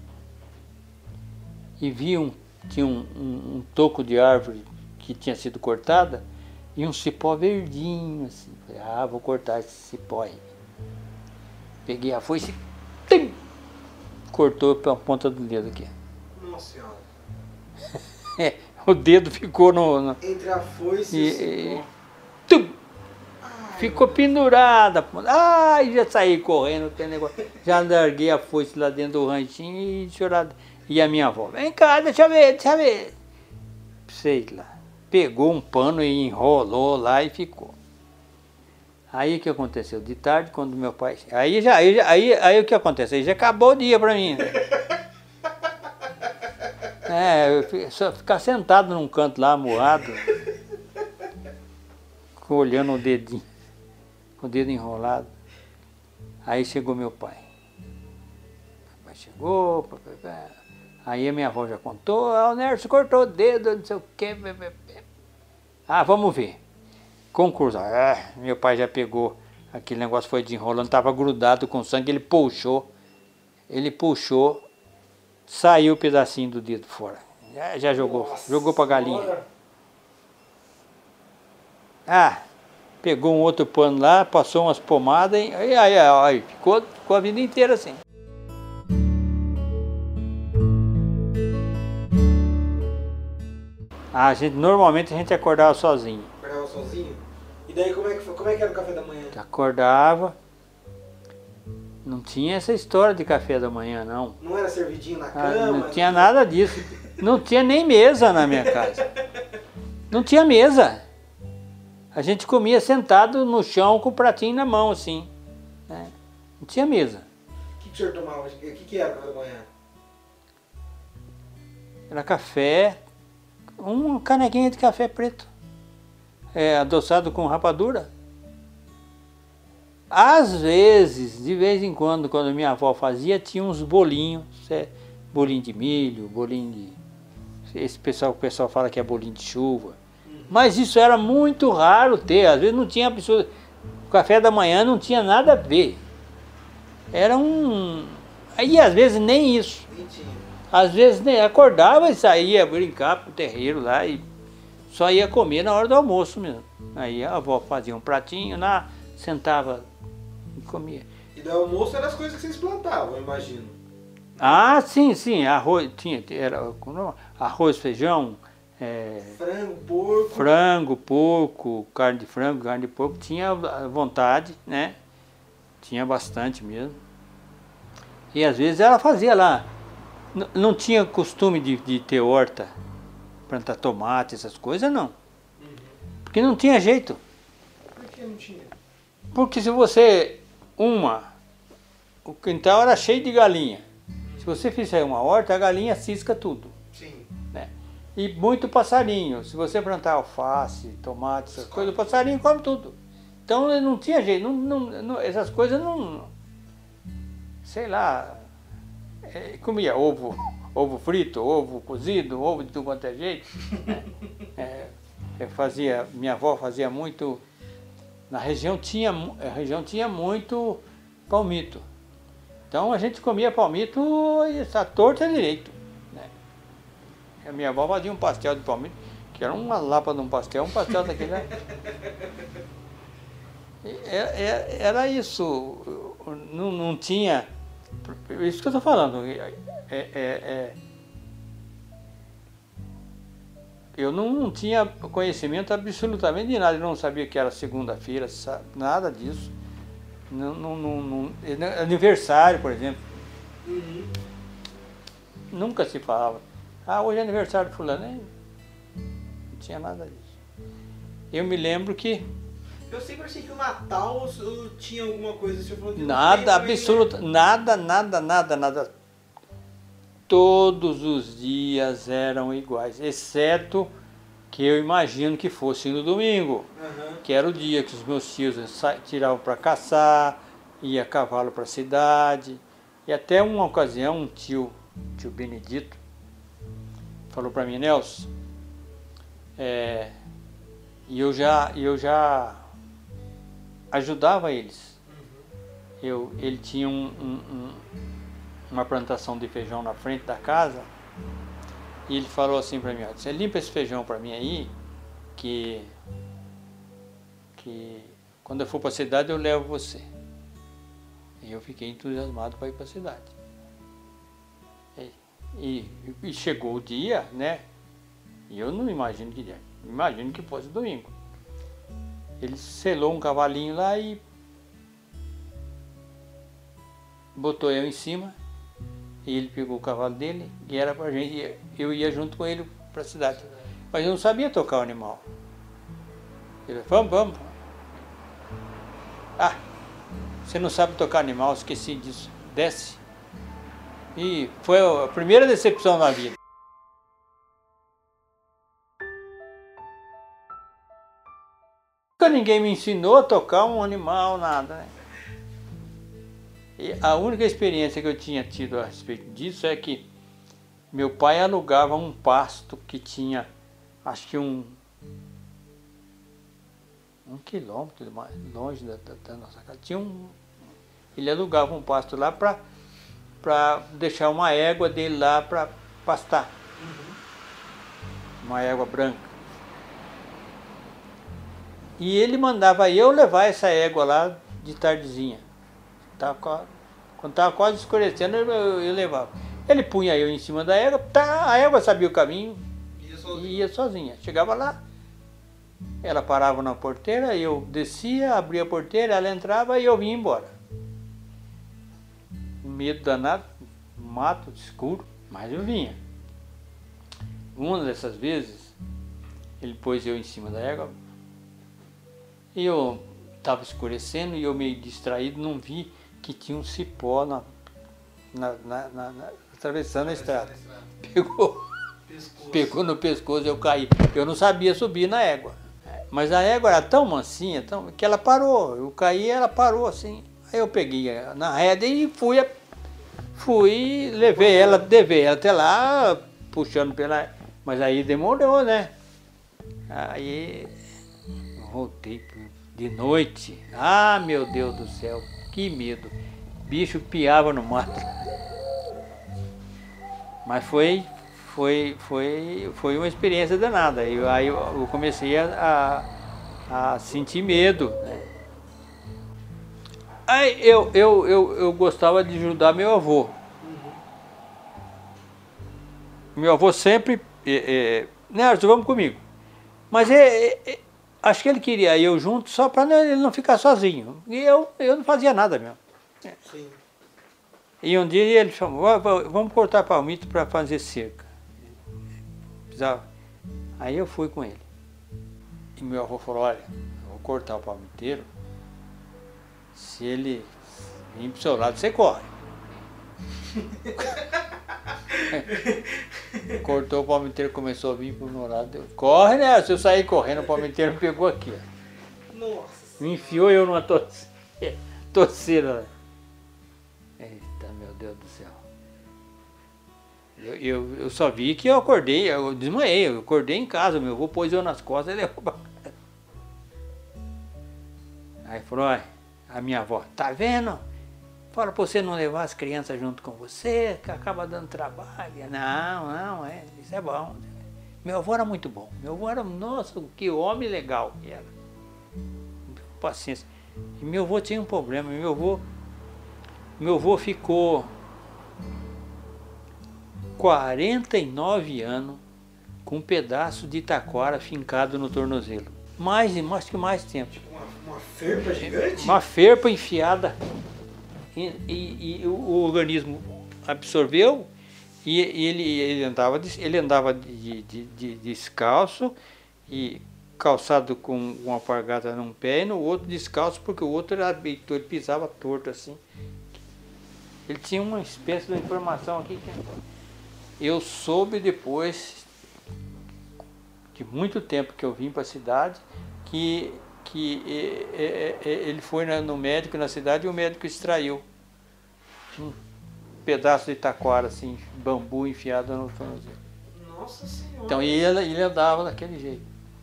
E vi um, tinha um, um, um toco de árvore que tinha sido cortada e um cipó verdinho, assim. Falei, ah, vou cortar esse cipó aí. Peguei a foice e tim, cortou pela ponta do dedo aqui. Nossa Senhora. É, o dedo ficou no... no entre a foice e, e o cipó. Ficou pendurada. Ai, já saí correndo, tem negócio. Já larguei a foice lá dentro do ranchinho e chorado. E a minha avó, vem cá, deixa eu ver, deixa eu ver. Sei lá. Pegou um pano e enrolou lá e ficou. Aí o que aconteceu? De tarde, quando meu pai... Aí, já, aí, aí, aí o que aconteceu? Aí já acabou o dia pra mim. Né? É, eu só ficar sentado num canto lá, moado, olhando o dedinho, com o dedo enrolado. Aí chegou meu pai. Meu pai chegou, papai, aí a minha avó já contou, ah, o Nerso cortou o dedo, não sei o quê. Ah, vamos ver. Conclusão, ah, meu pai já pegou, aquele negócio foi desenrolando, estava grudado com sangue, ele puxou, ele puxou, saiu o pedacinho do dedo fora. Já, já jogou, Nossa, jogou pra galinha. Olha. Ah, pegou um outro pano lá, passou umas pomadas, e aí, aí, aí ficou, ficou a vida inteira assim. A gente, normalmente a gente acordava sozinho. Acordava sozinho? E daí como é que, foi, como é que era o café da manhã? Acordava, não tinha essa história de café da manhã, não. Não era servidinho na cama? Ah, não tinha nada disso. Não tinha nem mesa na minha casa. Não tinha mesa. A gente comia sentado no chão com o pratinho na mão, assim. Né? Não tinha mesa. O que, que o senhor tomava? O que, que era para da manhã? Era café, uma canequinha de café preto. É, adoçado com rapadura. Às vezes, de vez em quando, quando minha avó fazia, tinha uns bolinhos. É, bolinho de milho, bolinho de... Esse pessoal, o pessoal fala que é bolinho de chuva. Mas isso era muito raro ter, às vezes não tinha pessoa, o café da manhã não tinha nada a ver. Era um... Aí às vezes nem isso. Às vezes nem acordava e saía brincar pro terreiro lá e só ia comer na hora do almoço mesmo. Aí a avó fazia um pratinho lá, sentava e comia. E do almoço eram as coisas que vocês plantavam, eu imagino. Ah, sim, sim, arroz, tinha, era arroz, feijão, é, frango, porco. Frango, porco, carne de frango, carne de porco, tinha vontade, né? Tinha bastante mesmo. E às vezes ela fazia lá. N não tinha costume de, de ter horta, plantar tomate, essas coisas, não. Uhum. Porque não tinha jeito. Por que não tinha? Porque se você, uma, o quintal era cheio de galinha. Se você fizer uma horta, a galinha cisca tudo. Sim. Né? E muito passarinho. Se você plantar alface, tomate, essas coisas, o passarinho come tudo. Então não tinha jeito. Não, não, não, essas coisas não... Sei lá... É, comia ovo, ovo frito, ovo cozido, ovo de tudo quanto é jeito. Né? É, eu fazia, minha avó fazia muito... Na região tinha, a região tinha muito palmito. Então a gente comia palmito e essa torta é direito. Né? A minha avó fazia um pastel de palmito, que era uma lapa de um pastel, um pastel daquele. Né? Era isso, não, não tinha, isso que eu estou falando, é, é, é, eu não, não tinha conhecimento absolutamente de nada, eu não sabia que era segunda-feira, nada disso. Não, não, não, não, aniversário, por exemplo, uhum. Nunca se falava, ah, hoje é aniversário de fulano, não tinha nada disso. Eu me lembro que... Eu sempre achei que o Natal tinha alguma coisa, você falou que nada, absoluta, nada, nada, nada, nada. Todos os dias eram iguais, exceto que eu imagino que fosse no domingo, uhum. Que era o dia que os meus tios tiravam para caçar, ia a cavalo para a cidade. E até uma ocasião, um tio, tio Benedito, falou para mim, Nelson, é, e eu já, eu já ajudava eles. Uhum. Eu, ele tinha um, um, um, uma plantação de feijão na frente da casa. E ele falou assim para mim, ó, você limpa esse feijão para mim aí, que, que quando eu for para a cidade eu levo você. E eu fiquei entusiasmado para ir para a cidade. E, e, e chegou o dia, né? E eu não imagino que dia, imagino que fosse domingo. Ele selou um cavalinho lá e botou eu em cima. E ele pegou o cavalo dele e era pra gente, eu ia junto com ele para a cidade. Mas eu não sabia tocar o animal. Ele falou, vamos, vamos. Ah, você não sabe tocar animal, esqueci disso. Desce. E foi a primeira decepção na vida. Nunca ninguém me ensinou a tocar um animal, nada, né? E a única experiência que eu tinha tido a respeito disso é que meu pai alugava um pasto que tinha, acho que um, um quilômetro mais longe da, da, da nossa casa. Tinha um, ele alugava um pasto lá para para deixar uma égua dele lá para pastar. Uhum. Uma égua branca. E ele mandava eu levar essa égua lá de tardezinha. Tava, quando estava quase escurecendo, eu, eu, eu levava. Ele punha eu em cima da égua, tá, a égua sabia o caminho ia sozinha. e ia sozinha. Chegava lá, ela parava na porteira, eu descia, abria a porteira, ela entrava e eu vinha embora. Medo danado, mato, escuro, mas eu vinha. Uma dessas vezes, ele pôs eu em cima da égua, E eu estava escurecendo e eu meio distraído, não vi que tinha um cipó na, na, na, na, na atravessando a estrada. Pegou, pegou no pescoço e eu caí. Eu não sabia subir na égua. Mas a égua era tão mansinha tão, que ela parou. Eu caí e ela parou assim. Aí eu peguei na rédea e fui, fui levei ela, levei ela até lá, puxando pela... Mas aí demorou, né? Aí voltei de noite. Ah, meu Deus do céu, que medo. Bicho piava no mato. Mas foi, foi, foi, foi uma experiência danada. E aí eu comecei a, a, a sentir medo, né? Aí eu, eu, eu, eu gostava de ajudar meu avô. Uhum. Meu avô sempre... É, é, Nerso, vamos comigo. Mas é, é, acho que ele queria eu junto só para ele não ficar sozinho. E eu, eu não fazia nada mesmo. Sim. E um dia ele chamou, vamos cortar palmito para fazer cerca. Precisava. Aí eu fui com ele. E meu avô falou, olha, eu vou cortar o palmiteiro. Se ele vir pro seu lado, você corre. Cortou o palmiteiro, começou a vir pro meu lado. Eu, corre, né? Se eu sair correndo, o palmiteiro me pegou aqui. Nossa. Me enfiou eu numa torceira. torceira. Eita, meu Deus do céu. Eu, eu, eu só vi que eu acordei, eu desmaiei, eu acordei em casa, meu avô pôs eu nas costas e levou pra casa. Aí falou, olha, a minha avó, tá vendo? Fala pra você não levar as crianças junto com você, que acaba dando trabalho. Não, não, é, isso é bom. Meu avô era muito bom. Meu avô era, nossa, que homem legal que era. Paciência. E meu avô tinha um problema. Meu avô, meu avô ficou quarenta e nove anos com um pedaço de taquara fincado no tornozelo. Mais, acho que mais tempo. Tipo uma, uma ferpa gigante? Uma ferpa enfiada. E, e, e o organismo absorveu e, e ele, ele andava, ele andava de, de, de, descalço e calçado com uma alpargata num pé e no outro descalço porque o outro era ele pisava torto assim. Ele tinha uma espécie de informação aqui que eu soube depois de muito tempo que eu vim para a cidade que que ele foi no médico na cidade e o médico extraiu um pedaço de taquara, assim, bambu enfiado no tornozelo. Nossa Senhora! Então ele, ele andava daquele jeito.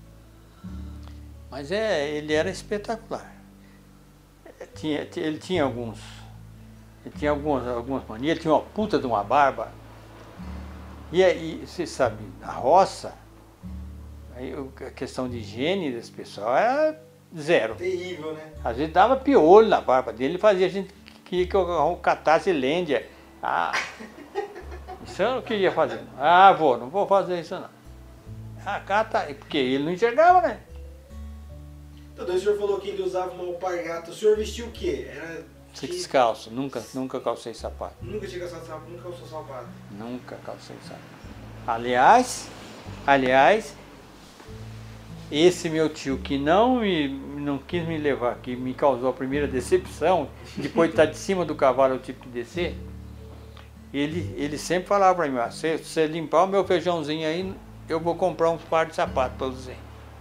Mas é, ele era espetacular. Tinha, ele tinha alguns, ele tinha algumas, algumas manias, ele tinha uma puta de uma barba. E aí, você sabe, na roça, aí, a questão de higiene desse pessoal era zero. Terrível, né? Às vezes dava piolho na barba dele, fazia a gente que eu catasse lêndia. Ah, isso eu não queria fazer. Ah, vou, não vou fazer isso não. Ah, cata, porque ele não enxergava, né? Então, o senhor falou que ele usava uma alpargata. O senhor vestiu o quê? Era de... descalço, nunca, nunca calcei sapato. Nunca tinha calçado sapato, nunca calçou sapato. Nunca calcei sapato. Aliás, aliás, esse meu tio que não, me, não quis me levar, que me causou a primeira decepção, depois de estar de cima do cavalo eu tive que descer, ele, ele sempre falava para mim, ah, se você limpar o meu feijãozinho aí, eu vou comprar uns par de sapatos para você.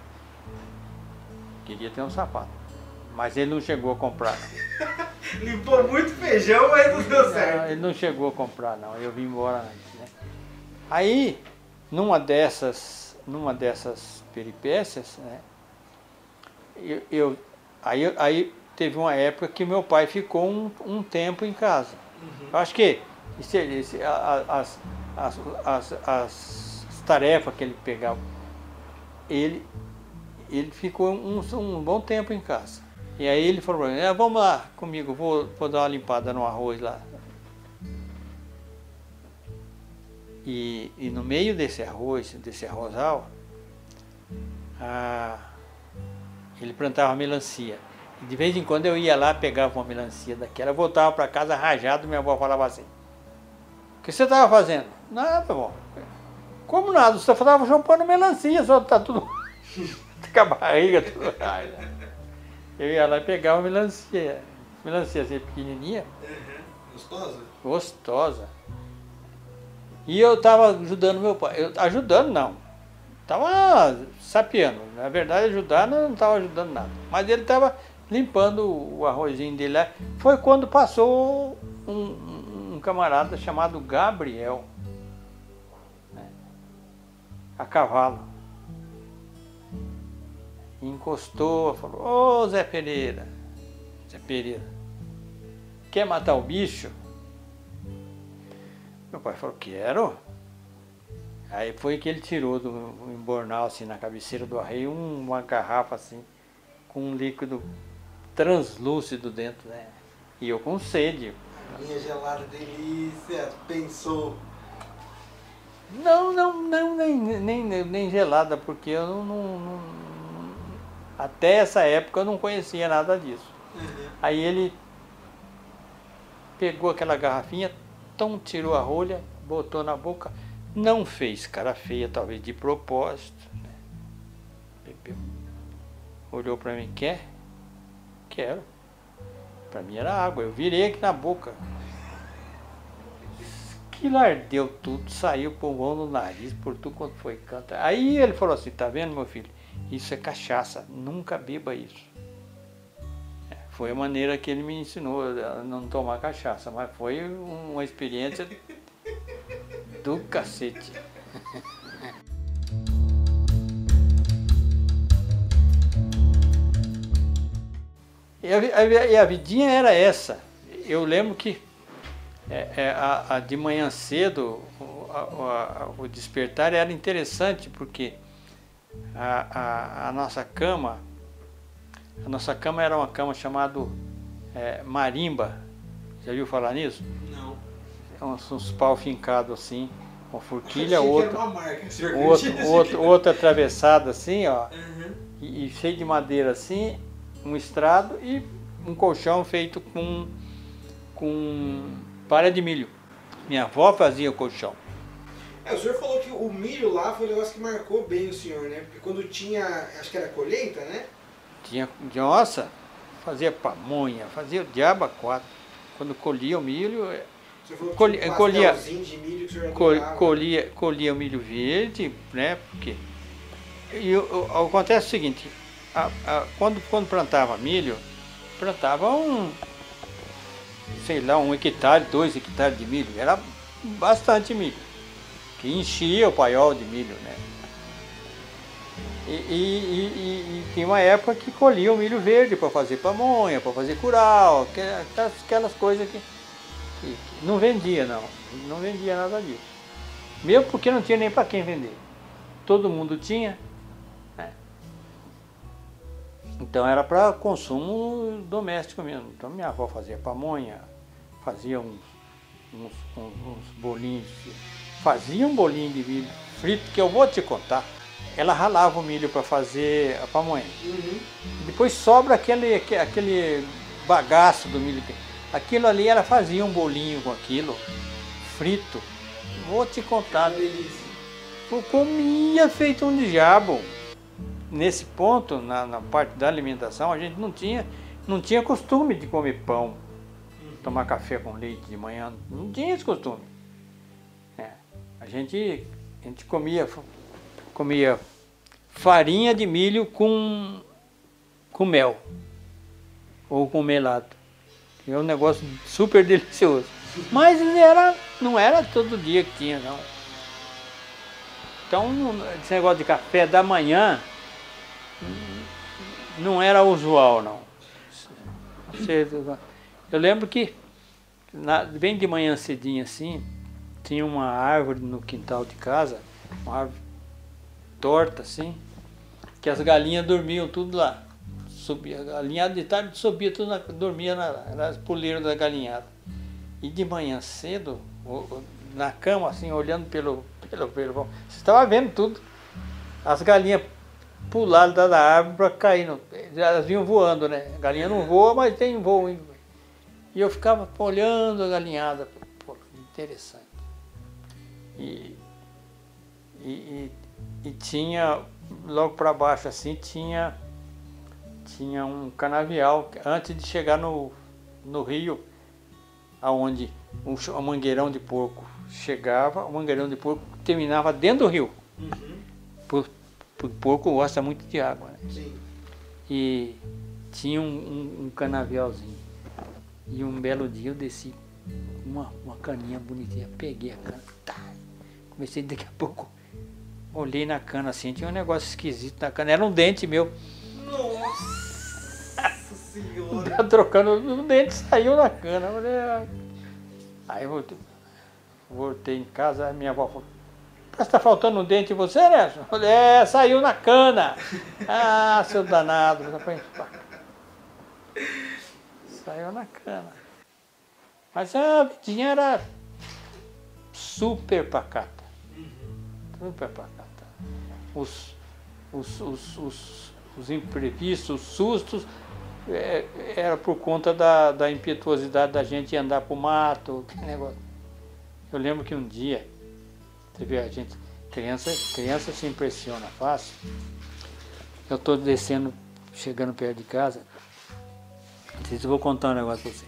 Queria ter um sapato, mas ele não chegou a comprar. Limpou muito feijão, mas não deu certo. Não, ele não chegou a comprar não, eu vim embora antes, né? Aí, numa dessas, numa dessas peripécias, né? Eu, eu, aí, aí teve uma época que meu pai ficou um, um tempo em casa. Uhum. Eu acho que esse, esse, as, as, as, as tarefas que ele pegava, ele, ele ficou um, um bom tempo em casa. E aí ele falou para mim, ah, vamos lá comigo, vou, vou dar uma limpada no arroz lá. E, e no meio desse arroz, desse arrozal, ah, ele plantava melancia. E de vez em quando eu ia lá, pegava uma melancia daquela, voltava para casa rajado, minha avó falava assim, o que você estava fazendo? Nada, avó. Como nada? Você estava chupando melancia, só tá tudo com a barriga tudo. Eu ia lá e pegava melancia. Melancia assim, pequenininha. Uhum. Gostosa? Gostosa. E eu estava ajudando meu pai. Eu, ajudando não. Estava sapeando. Na verdade, ajudar não estava ajudando nada. Mas ele estava limpando o arrozinho dele lá. Foi quando passou um, um, um camarada chamado Gabriel, né, a cavalo. E encostou, falou: ô Zé Pereira, Zé Pereira, quer matar o bicho? Meu pai falou: quero. Aí foi que ele tirou do embornal, assim, na cabeceira do arreio, uma garrafa, assim, com um líquido translúcido dentro, né? E eu com sede. Minha gelada delícia, pensou. Não, não, não, nem, nem, nem gelada, porque eu não, não, não... Até essa época eu não conhecia nada disso. Uhum. Aí ele pegou aquela garrafinha, então tirou a rolha, botou na boca. Não fez cara feia, talvez de propósito, né? Bebeu. Olhou para mim: quer? Quero. Para mim era água. Eu virei aqui na boca. Que ardeu tudo, saiu pulmão no nariz, por tudo quanto foi canto. Aí ele falou assim: tá vendo, meu filho? Isso é cachaça, nunca beba isso. É, foi a maneira que ele me ensinou a não tomar cachaça, mas foi uma experiência do cacete. E a, a, e a vidinha era essa. Eu lembro que é, é, a, a de manhã cedo o, a, a, o despertar era interessante, porque a, a, a nossa cama, a nossa cama era uma cama chamada é, marimba. Já viu falar nisso? Não. Uns, uns pau fincados assim, uma forquilha, outra, marca, outro, outro, outra atravessada assim, ó, uhum. e, e cheio de madeira assim, um estrado e um colchão feito com, com palha de milho. Minha avó fazia o colchão. É, o senhor falou que o milho lá foi um negócio que marcou bem o senhor, né? Porque quando tinha, acho que era colheita, né? Tinha, nossa, fazia pamonha, fazia o diabo a quatro. Quando colhia o milho, colhia, um colhia, de milho que o senhor colhia, colhia, colhia o milho verde, né? Porque e o, o, acontece o seguinte, a, a, quando, quando plantava milho, plantava um, sei lá, um hectare, dois hectares de milho, era bastante milho, que enchia o paiol de milho, né? E, e, e, e tinha uma época que colhia o milho verde para fazer pamonha, para fazer curau, aquelas, aquelas coisas que, que, que não vendia, não, não vendia nada disso. Mesmo porque não tinha nem para quem vender. Todo mundo tinha, né? Então era para consumo doméstico mesmo. Então minha avó fazia pamonha, fazia uns, uns, uns, uns bolinhos, fazia um bolinho de milho frito que eu vou te contar. Ela ralava o milho para fazer a pamonha. Uhum. Depois sobra aquele, aquele bagaço do milho. Aquilo ali ela fazia um bolinho com aquilo, frito. Vou te contar. Eu comia feito um diabo. Nesse ponto, na, na parte da alimentação, a gente não tinha, não tinha costume de comer pão, uhum. tomar café com leite de manhã. Não tinha esse costume. É. A gente, a gente comia... comia farinha de milho com, com mel ou com melado. É um negócio super delicioso. Mas era, não era todo dia que tinha, não. Então, esse negócio de café da manhã não era usual, não. Eu lembro que na, bem de manhã cedinho assim, tinha uma árvore no quintal de casa, uma árvore torta assim, que as galinhas dormiam tudo lá. Subia, a galinhada de tarde subia tudo, na, dormia na, nas poleiras da galinhada. E de manhã cedo, na cama assim, olhando pelo pelo pelo você estava vendo tudo. As galinhas pularam da árvore para cair, no, elas vinham voando, né? A galinha não voa, mas tem voo. E eu ficava olhando a galinhada, pô, interessante. E, e, e E tinha, logo para baixo assim, tinha tinha um canavial antes de chegar no, no rio, aonde um, um mangueirão de porco chegava, o mangueirão de porco terminava dentro do rio. Uhum. Por, por porco gosta muito de água, né? Sim. E tinha um, um, um canavialzinho. E um belo dia eu desci uma, uma caninha bonitinha, peguei a cana, tá, comecei daqui a pouco, olhei na cana assim, tinha um negócio esquisito na cana, era um dente meu. Nossa Senhora! Tá trocando, o dente saiu na cana. Aí eu voltei, voltei em casa, a minha avó falou, mas tá faltando um dente em você, né? Eu falei, é, saiu na cana. Ah, seu danado. Saiu na cana. Mas a vidinha era super pacata. Super pacata. Os, os, os, os, os imprevistos, os sustos, é, era por conta da, da impetuosidade da gente andar pro mato, aquele negócio. Eu lembro que um dia, você vê, a gente, criança, criança se impressiona fácil. Eu estou descendo, chegando perto de casa. Não sei se eu vou contar um negócio pra você.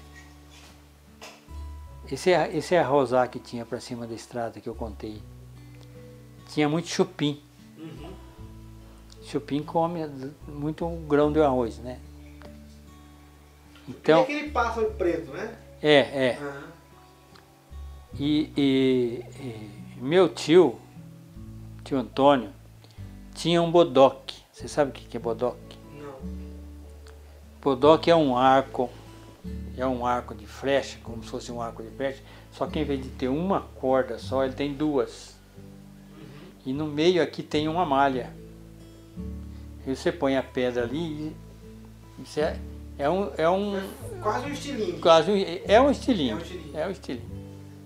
Esse, esse arrozá que tinha para cima da estrada que eu contei, tinha muito chupim. Uhum. Chupim come muito grão de arroz, né? Então, é aquele pássaro preto, né? É, é. Uhum. E, e, e meu tio, tio Antônio, tinha um bodoque. Você sabe o que é bodoque? Não. Bodoque é um arco, é um arco de flecha, como se fosse um arco de flecha, só que em vez de ter uma corda só, ele tem duas. Uhum. E no meio aqui tem uma malha. E você põe a pedra ali e isso é, é um... É um é quase um estilingue. Quase um, é um estilingue. É um estilingue. É um estilingue.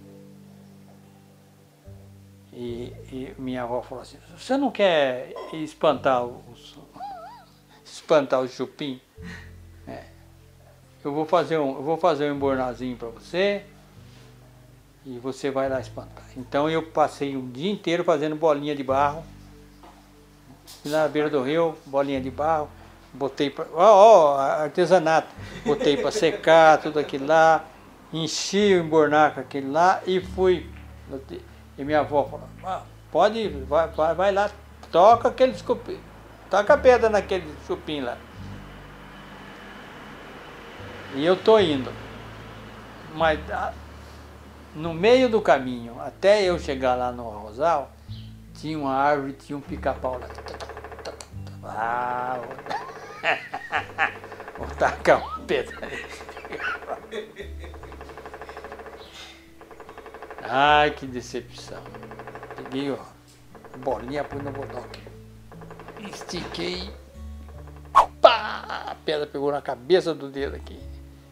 E, e minha avó falou assim, você não quer espantar os, espantar o chupim? É. Eu vou fazer um, eu vou fazer um embornazinho para você e você vai lá espantar. Então eu passei um dia inteiro fazendo bolinha de barro. Na beira do rio, bolinha de barro, botei para, ó, ó, artesanato, botei para secar tudo aquilo lá, enchi o embornar com aquele lá e fui. E minha avó falou, ah, pode ir, vai, vai, vai lá, toca aquele chupim, toca a pedra naquele chupim lá. E eu tô indo, mas no meio do caminho, até eu chegar lá no arrozal, tinha uma árvore, tinha um pica-pau lá. Ah, vou tacar uma pedra. Ai, que decepção. Peguei, ó, bolinha, pus no bodoque. Estiquei. Pá! A pedra pegou na cabeça do dedo aqui.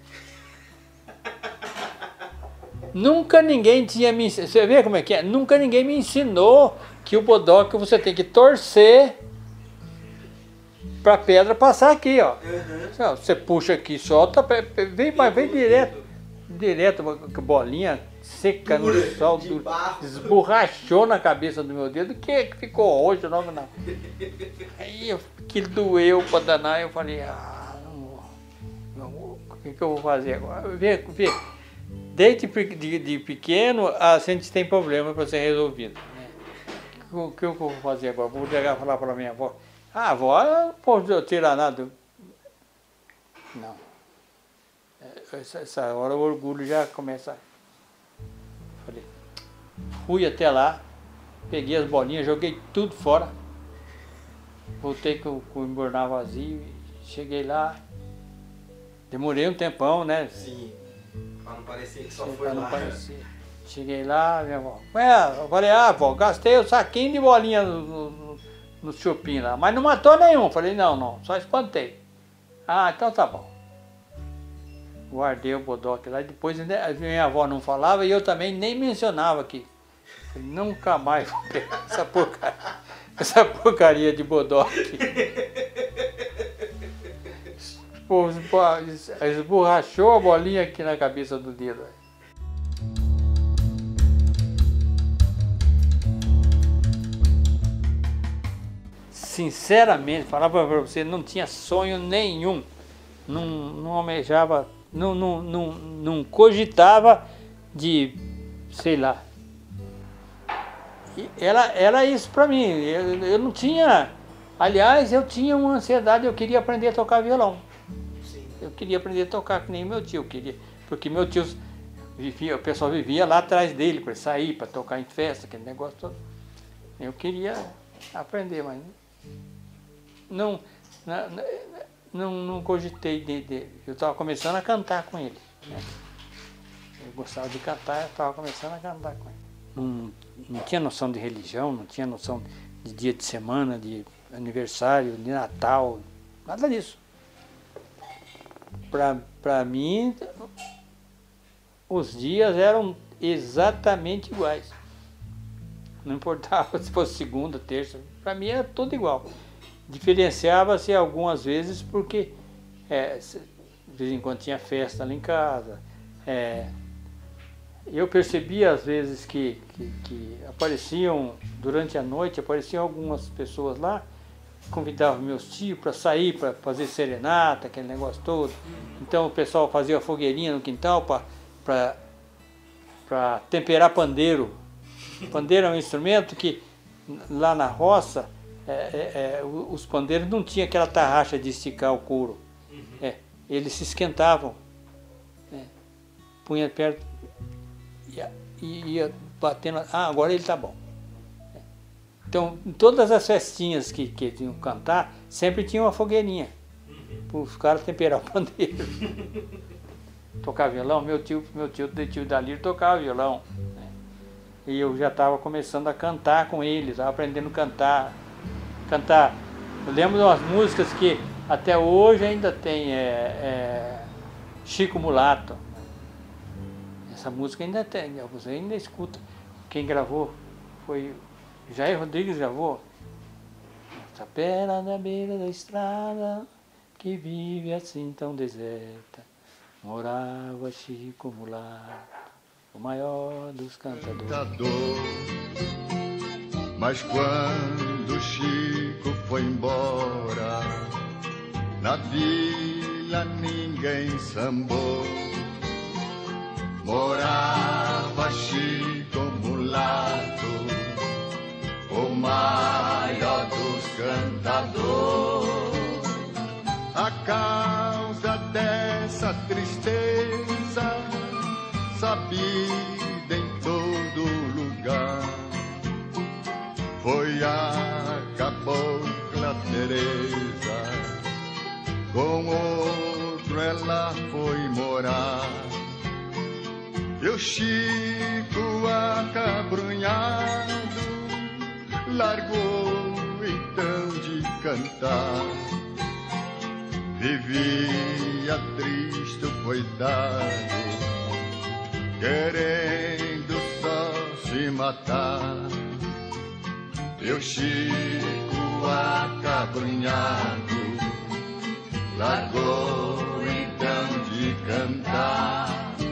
Nunca ninguém tinha me ensinado. Você vê como é que é? Nunca ninguém me ensinou que o bodoque você tem que torcer para a pedra passar aqui, ó. Uhum. Você puxa aqui, solta, vem, mas vem direto. Direto, com bolinha seca no sol, esborrachou na cabeça do meu dedo, que ficou roxo logo não. Aí que doeu para danar, eu falei, ah, não vou, não vou, o que, que eu vou fazer agora? Vê, vê, desde de, de pequeno a gente tem problema para ser resolvido. Né? O que eu vou fazer agora? Vou chegar e falar para minha avó, ah, avó, eu não posso tirar nada. Não. Essa, essa hora o orgulho já começa. Falei, fui até lá, peguei as bolinhas, joguei tudo fora. Voltei com, com o embornar vazio, cheguei lá. Demorei um tempão, né? Sim, para não parecer que só foi lá. Cheguei lá, minha avó. Ué, eu falei, ah, avó, gastei o saquinho de bolinha no, no, no chupim lá, mas não matou nenhum. Falei, não, não, só espantei. Ah, então tá bom. Guardei o bodoque lá e depois a minha avó não falava e eu também nem mencionava aqui. Nunca mais vou pegar essa porcaria, essa porcaria de bodoque. Esborrachou a bolinha aqui na cabeça do dedo. sinceramente, falava para você, não tinha sonho nenhum, não, não almejava, não, não, não, não cogitava de, sei lá. E era, era isso para mim, eu, eu não tinha, aliás, eu tinha uma ansiedade, eu queria aprender a tocar violão. Sim. Eu queria aprender a tocar que nem meu tio queria, porque meu tio vivia, o pessoal vivia lá atrás dele para sair, para tocar em festa, aquele negócio todo. Eu queria aprender, mas não, não, não, não cogitei de, de eu estava começando a cantar com ele, né? Eu gostava de cantar, eu estava começando a cantar com ele. Não, não tinha noção de religião, não tinha noção de dia de semana, de aniversário, de Natal, nada disso. Para mim, os dias eram exatamente iguais. Não importava se fosse segunda, terça, para mim era tudo igual. Diferenciava-se algumas vezes porque é, de vez em quando tinha festa lá em casa. É, eu percebia às vezes que, que, que apareciam, durante a noite, apareciam algumas pessoas lá, convidavam meus tios para sair, para fazer serenata, aquele negócio todo. Então o pessoal fazia fogueirinha no quintal para temperar pandeiro. Pandeiro é um instrumento que lá na roça, é, é, é, os pandeiros não tinham aquela tarraxa de esticar o couro. É, eles se esquentavam, é, punha perto e ia batendo. Ah, agora ele está bom. É. Então, em todas as festinhas que, que tinham que cantar, sempre tinha uma fogueirinha para os caras temperar o pandeiro. Tocar violão, meu tio, meu tio, meu tio Dalírio tocava violão. E eu já estava começando a cantar com eles, estava aprendendo a cantar. Cantar. Eu lembro de umas músicas que até hoje ainda tem, é, é, Chico Mulato. Essa música ainda tem, você ainda escuta. Quem gravou foi Jair Rodrigues gravou. Sapera na beira da estrada, que vive assim tão deserta, morava Chico Mulato, o maior dos cantadores. Cantador. Mas quando Chico foi embora, na vila ninguém sambou. Morava Chico Mulato, o maior dos cantadores. A causa dessa tristeza sabida em todo lugar foi a cabocla Teresa, com outro ela foi morar. E o Chico acabrunhado largou então de cantar. Vivia triste o coitado, querendo só se matar. E o Chico acabrunhado largou então de cantar.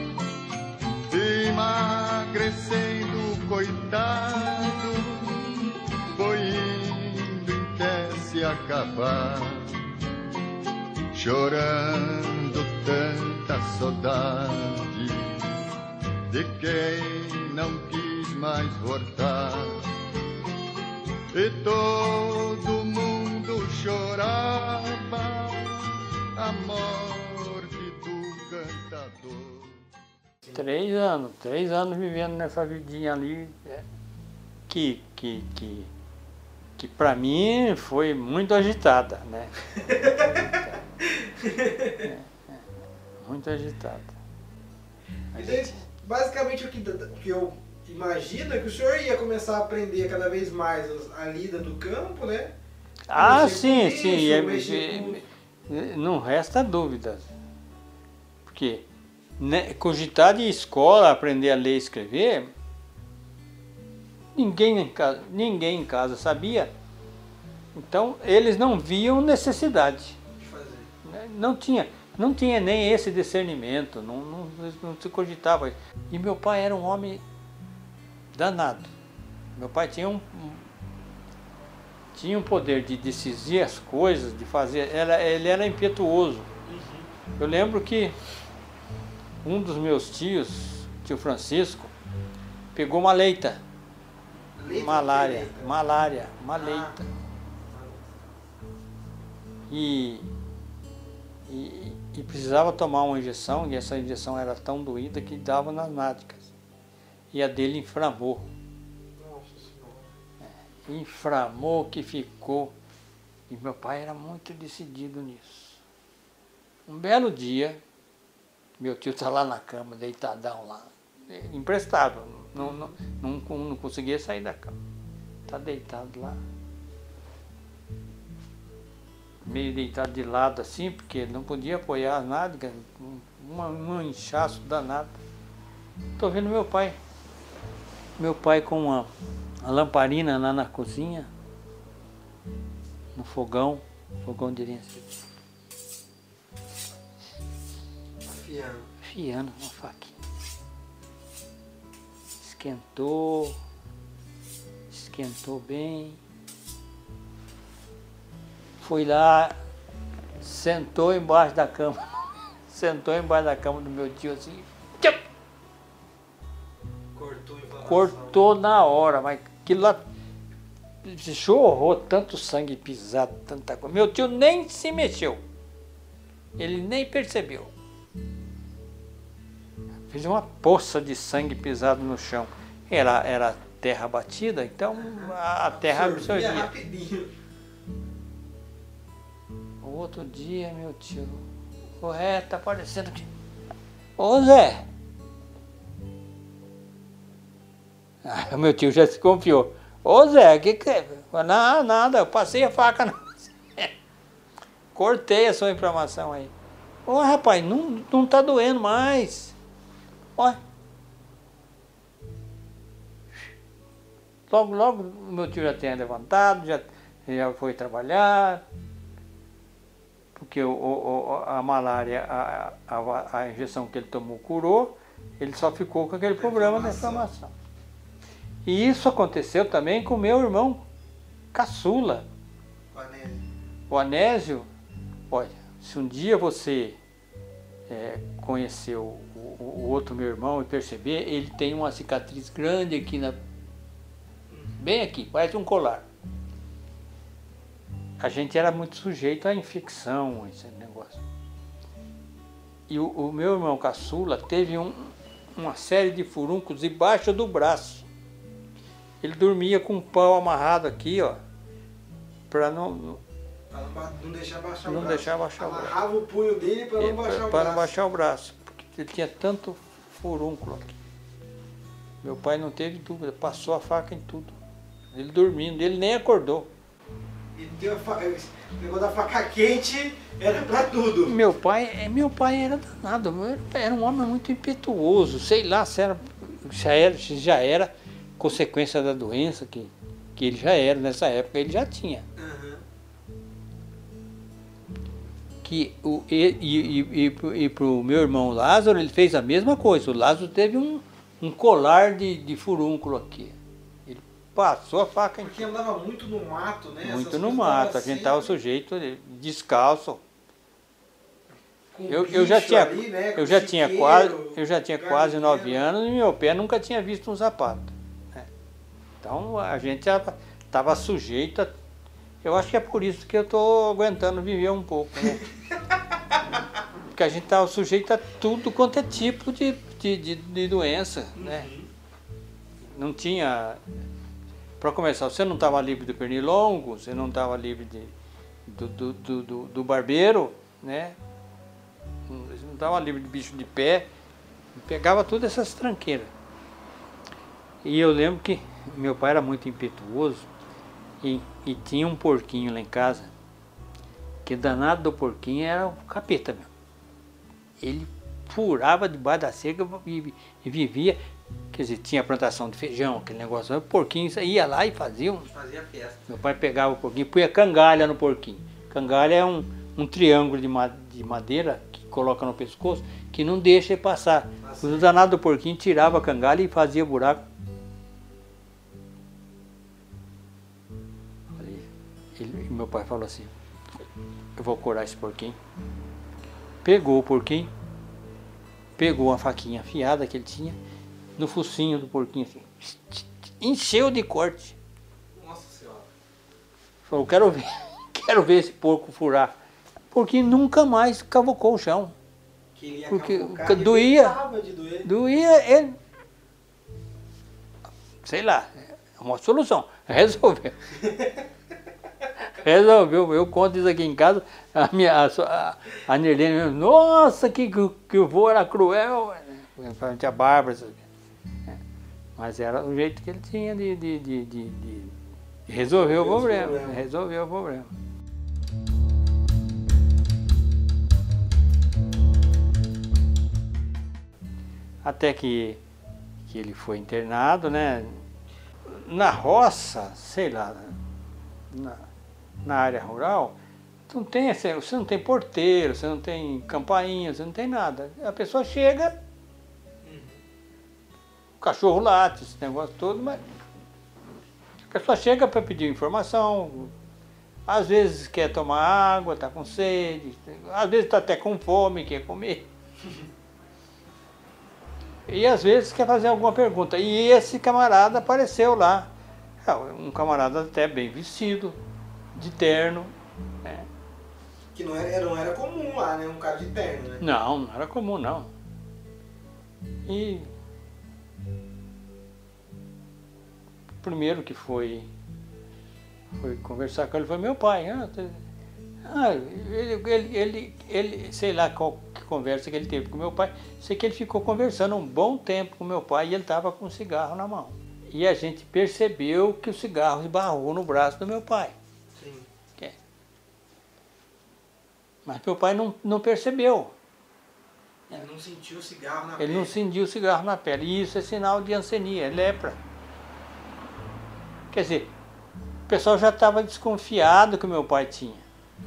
Emagrecendo, coitado, foi indo até se acabar, chorando tanta saudade de quem não quis mais voltar. E todo mundo chorava a morte do cantador. Três anos, três anos vivendo nessa vidinha ali, é, que, que, que, que para mim foi muito agitada, né? é, é, muito agitada. A E daí, gente... basicamente o que, o que eu imagino é que o senhor ia começar a aprender cada vez mais a lida do campo, né? Ah, sim, isso, sim, é, com... não resta dúvidas. Porque né, cogitar de escola, aprender a ler e escrever, ninguém em casa, ninguém em casa sabia. Então eles não viam necessidade de fazer. Não tinha, não tinha nem esse discernimento, não, não, não se cogitava. E meu pai era um homem danado. Meu pai tinha um, tinha o poder de decidir as coisas, de fazer, era, ele era impetuoso. Uhum. Eu lembro que um dos meus tios, tio Francisco, pegou uma leita, leita malária, leita? malária, uma ah. leita. E, e, e precisava tomar uma injeção, e essa injeção era tão doída que dava nas nádegas. E a dele inflamou. Nossa Senhora. É, inflamou que ficou. E meu pai era muito decidido nisso. Um belo dia, meu tio está lá na cama, deitadão lá, emprestado, não, não, não, não conseguia sair da cama. Está deitado lá, meio deitado de lado assim, porque não podia apoiar nada, uma, um inchaço danado. Estou vendo meu pai, meu pai com uma, uma lamparina lá na cozinha, no fogão, fogão de lenha. Afiando. Afiando uma faquinha. Esquentou, esquentou bem. Foi lá, sentou embaixo da cama, sentou embaixo da cama do meu tio assim, tchum, cortou, cortou na hora, mas aquilo lá chorrou, tanto sangue pisado, tanta coisa. Meu tio nem se mexeu, ele nem percebeu. Fez uma poça de sangue pisado no chão. Era, era terra batida, então a, a terra absorvia. Rapidinho. Outro dia, meu tio, o Ré tá parecendo que... Ô Zé! Ah, meu tio já se confiou. Ô Zé, o que que é? Não, nada, eu passei a faca na... Cortei a sua inflamação aí. Ô rapaz, não, não tá doendo mais. Olha. Logo, logo, meu tio já tinha levantado, já, já foi trabalhar. Porque o, o, a malária, a, a, a injeção que ele tomou curou, ele só ficou com aquele problema da inflamação. E isso aconteceu também com meu irmão caçula. O Anésio. O Anésio, olha, se um dia você é, conhecer o, o, o outro meu irmão e perceber, ele tem uma cicatriz grande aqui, na, bem aqui, parece um colar. A gente era muito sujeito à infecção, esse negócio. E o, o meu irmão caçula teve um, uma série de furúnculos debaixo do braço. Ele dormia com um pau amarrado aqui, ó, para não, Para não deixar baixar não o braço. Deixar baixar Amarrava o braço. o punho dele para não é, baixar o para braço. não baixar o braço, porque ele tinha tanto furúnculo aqui. Meu pai não teve dúvida, passou a faca em tudo. Ele dormindo, ele nem acordou. E deu fa... o negócio da faca quente era pra tudo. Meu pai, meu pai era danado, era um homem muito impetuoso, sei lá se era, já era, já era consequência da doença que, que ele já era, nessa época ele já tinha. Uhum. Que o, e, e, e, e pro meu irmão Lázaro, ele fez a mesma coisa. O Lázaro teve um, um colar de, de furúnculo aqui. Ele passou a faca em... Porque andava muito no mato, né? Muito Essas no coisas mato, a assim, gente estava sujeito, descalço. com Eu, eu já bicho tinha, ali, né? Com eu já tinha chiqueiro, quase, eu já tinha quase galinheiro. nove anos e meu pé nunca tinha visto um sapato, né? Então a gente estava sujeito a... Eu acho que é por isso que eu estou aguentando viver um pouco, né? Porque a gente estava sujeito a tudo quanto é tipo de, de, de, de doença, uhum. né? Não tinha... Para começar, você não estava livre do pernilongo, você não estava livre de, do, do, do, do, do barbeiro, né? Você não estava livre de bicho de pé, pegava todas essas tranqueiras. E eu lembro que meu pai era muito impetuoso e, e tinha um porquinho lá em casa, que danado do porquinho era o capeta mesmo. Ele furava debaixo da cerca e, e vivia, quer dizer, tinha plantação de feijão, aquele negócio, o porquinho ia lá e fazia um... Fazia festa. Meu pai pegava o porquinho, punha cangalha no porquinho. Cangalha é um, um triângulo de, ma de madeira que coloca no pescoço, que não deixa ele passar. Nossa. O danado do porquinho tirava a cangalha e fazia buraco. Ele, meu pai falou assim, eu vou curar esse porquinho. Pegou o porquinho, pegou uma faquinha afiada que ele tinha, no focinho do porquinho assim, encheu de corte. Nossa Senhora. Falou, quero ver, quero ver esse porco furar. Porque nunca mais cavucou o chão. Que ele ia Porque cavucar, doía, de doer. doía, ele, sei lá, é uma solução, resolveu. Resolveu, eu conto isso aqui em casa, a minha, a, a Nirlene, nossa, que, que o vô era cruel, a Bárbara, mas era o jeito que ele tinha de, de, de, de, de resolver o problema, resolver o problema. Até que, que ele foi internado, né? Na roça, sei lá, na, na área rural, não tem, você não tem porteiro, você não tem campainha, você não tem nada. A pessoa chega, o cachorro late, esse negócio todo, mas a pessoa chega para pedir informação, às vezes quer tomar água, está com sede, às vezes está até com fome, quer comer. E às vezes quer fazer alguma pergunta. E esse camarada apareceu lá. Um camarada até bem vestido, de terno. Né? Que não era, não era comum lá, né? Um cara de terno, né? Não, não era comum, não. E o primeiro que foi, foi conversar com ele foi meu pai. Ah, ele, ele, ele, ele, sei lá qual conversa que ele teve com meu pai, sei que ele ficou conversando um bom tempo com meu pai e ele estava com um cigarro na mão. E a gente percebeu que o cigarro esbarrou no braço do meu pai. Sim. É. Mas meu pai não, não percebeu. Ele não sentiu o cigarro na ele pele. Ele não sentiu o cigarro na pele. E isso é sinal de ancenia, é lepra. Quer dizer, o pessoal já estava desconfiado que o meu pai tinha.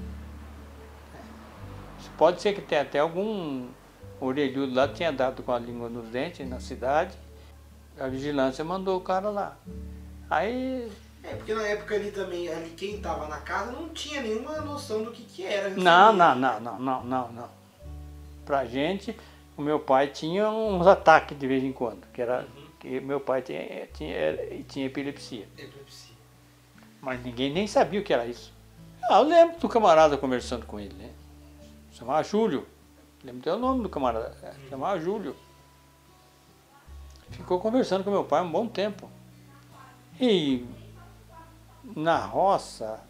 Pode ser que tenha até algum orelhudo lá que tinha dado com a língua nos dentes na cidade. A vigilância mandou o cara lá. Aí... É, porque na época ali também, ali quem estava na casa não tinha nenhuma noção do que, que era. Não, não, não, não, não, não, não. Pra gente, o meu pai tinha uns ataques de vez em quando. Que era, uhum. que meu pai tinha, tinha, era, tinha epilepsia. Epilepsia. Mas ninguém nem sabia o que era isso. Ah, eu lembro do camarada conversando com ele, né? Chamava Júlio. Lembro até o nome do camarada. Chamava Júlio. Ficou conversando com meu pai um bom tempo. E na roça,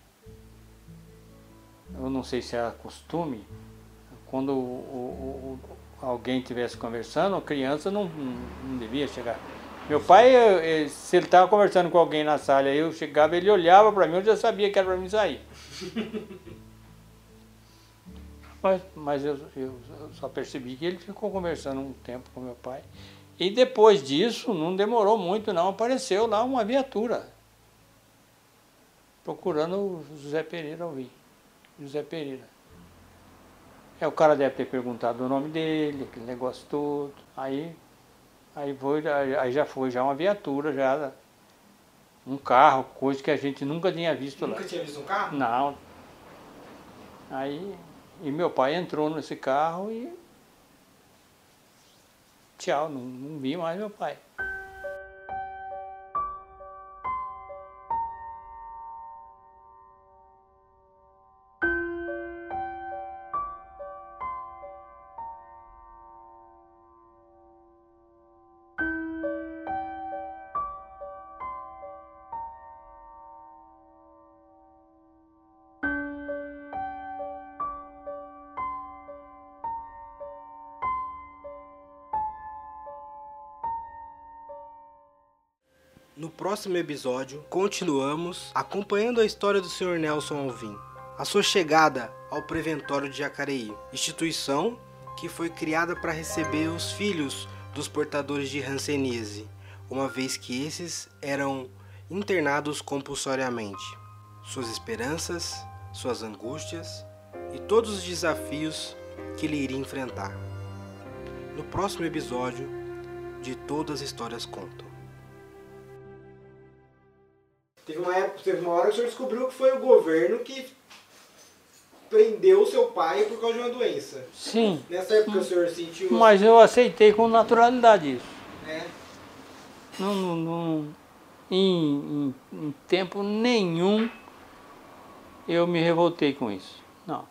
eu não sei se era costume, quando o, o, o, alguém estivesse conversando, a criança não, não devia chegar. Meu pai, se ele estava conversando com alguém na sala, eu chegava, ele olhava para mim, eu já sabia que era para mim sair. Mas, mas eu, eu só percebi que ele ficou conversando um tempo com meu pai. E depois disso, não demorou muito não, apareceu lá uma viatura. Procurando o José Pereira ouvir. José Pereira. É, o cara deve ter perguntado o nome dele, aquele negócio todo. Aí, aí, foi, aí já foi já uma viatura, já um carro, coisa que a gente nunca tinha visto nunca lá. Nunca tinha visto um carro? Não. Aí... E meu pai entrou nesse carro e tchau, não, não vi mais meu pai. No próximo episódio, continuamos acompanhando a história do senhor Nelson Alvim, a sua chegada ao Preventório de Jacareí, instituição que foi criada para receber os filhos dos portadores de hanseníase, uma vez que esses eram internados compulsoriamente. Suas esperanças, suas angústias e todos os desafios que ele iria enfrentar. No próximo episódio de Todas as Histórias Contam. Teve uma época, teve uma hora que o senhor descobriu que foi o governo que prendeu o seu pai por causa de uma doença. Sim. Nessa época o senhor sentiu... Mas eu aceitei com naturalidade isso. É. Não, não, não, em, em, em tempo nenhum eu me revoltei com isso. Não.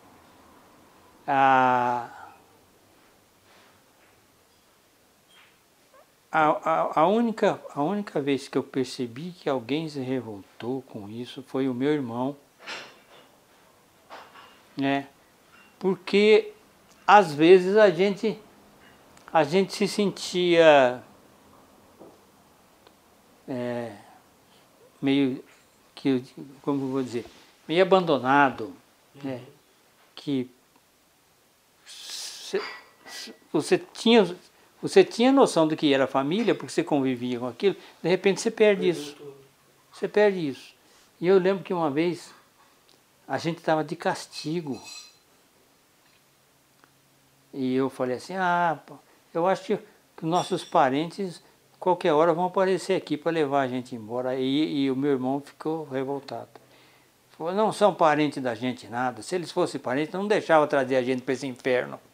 A, a, a, a, única, a única vez que eu percebi que alguém se revoltou com isso foi o meu irmão. Né? Porque às vezes a gente, a gente se sentia é, meio, que, como eu vou dizer, meio abandonado, uhum. Né? Que cê, você tinha, você tinha noção do que era família, porque você convivia com aquilo, de repente você perde isso. Você perde isso. E eu lembro que uma vez a gente estava de castigo. E eu falei assim, ah, eu acho que nossos parentes qualquer hora vão aparecer aqui para levar a gente embora. E, e o meu irmão ficou revoltado. Falou, não são parentes da gente nada. Se eles fossem parentes, não deixavam trazer a gente para esse inferno.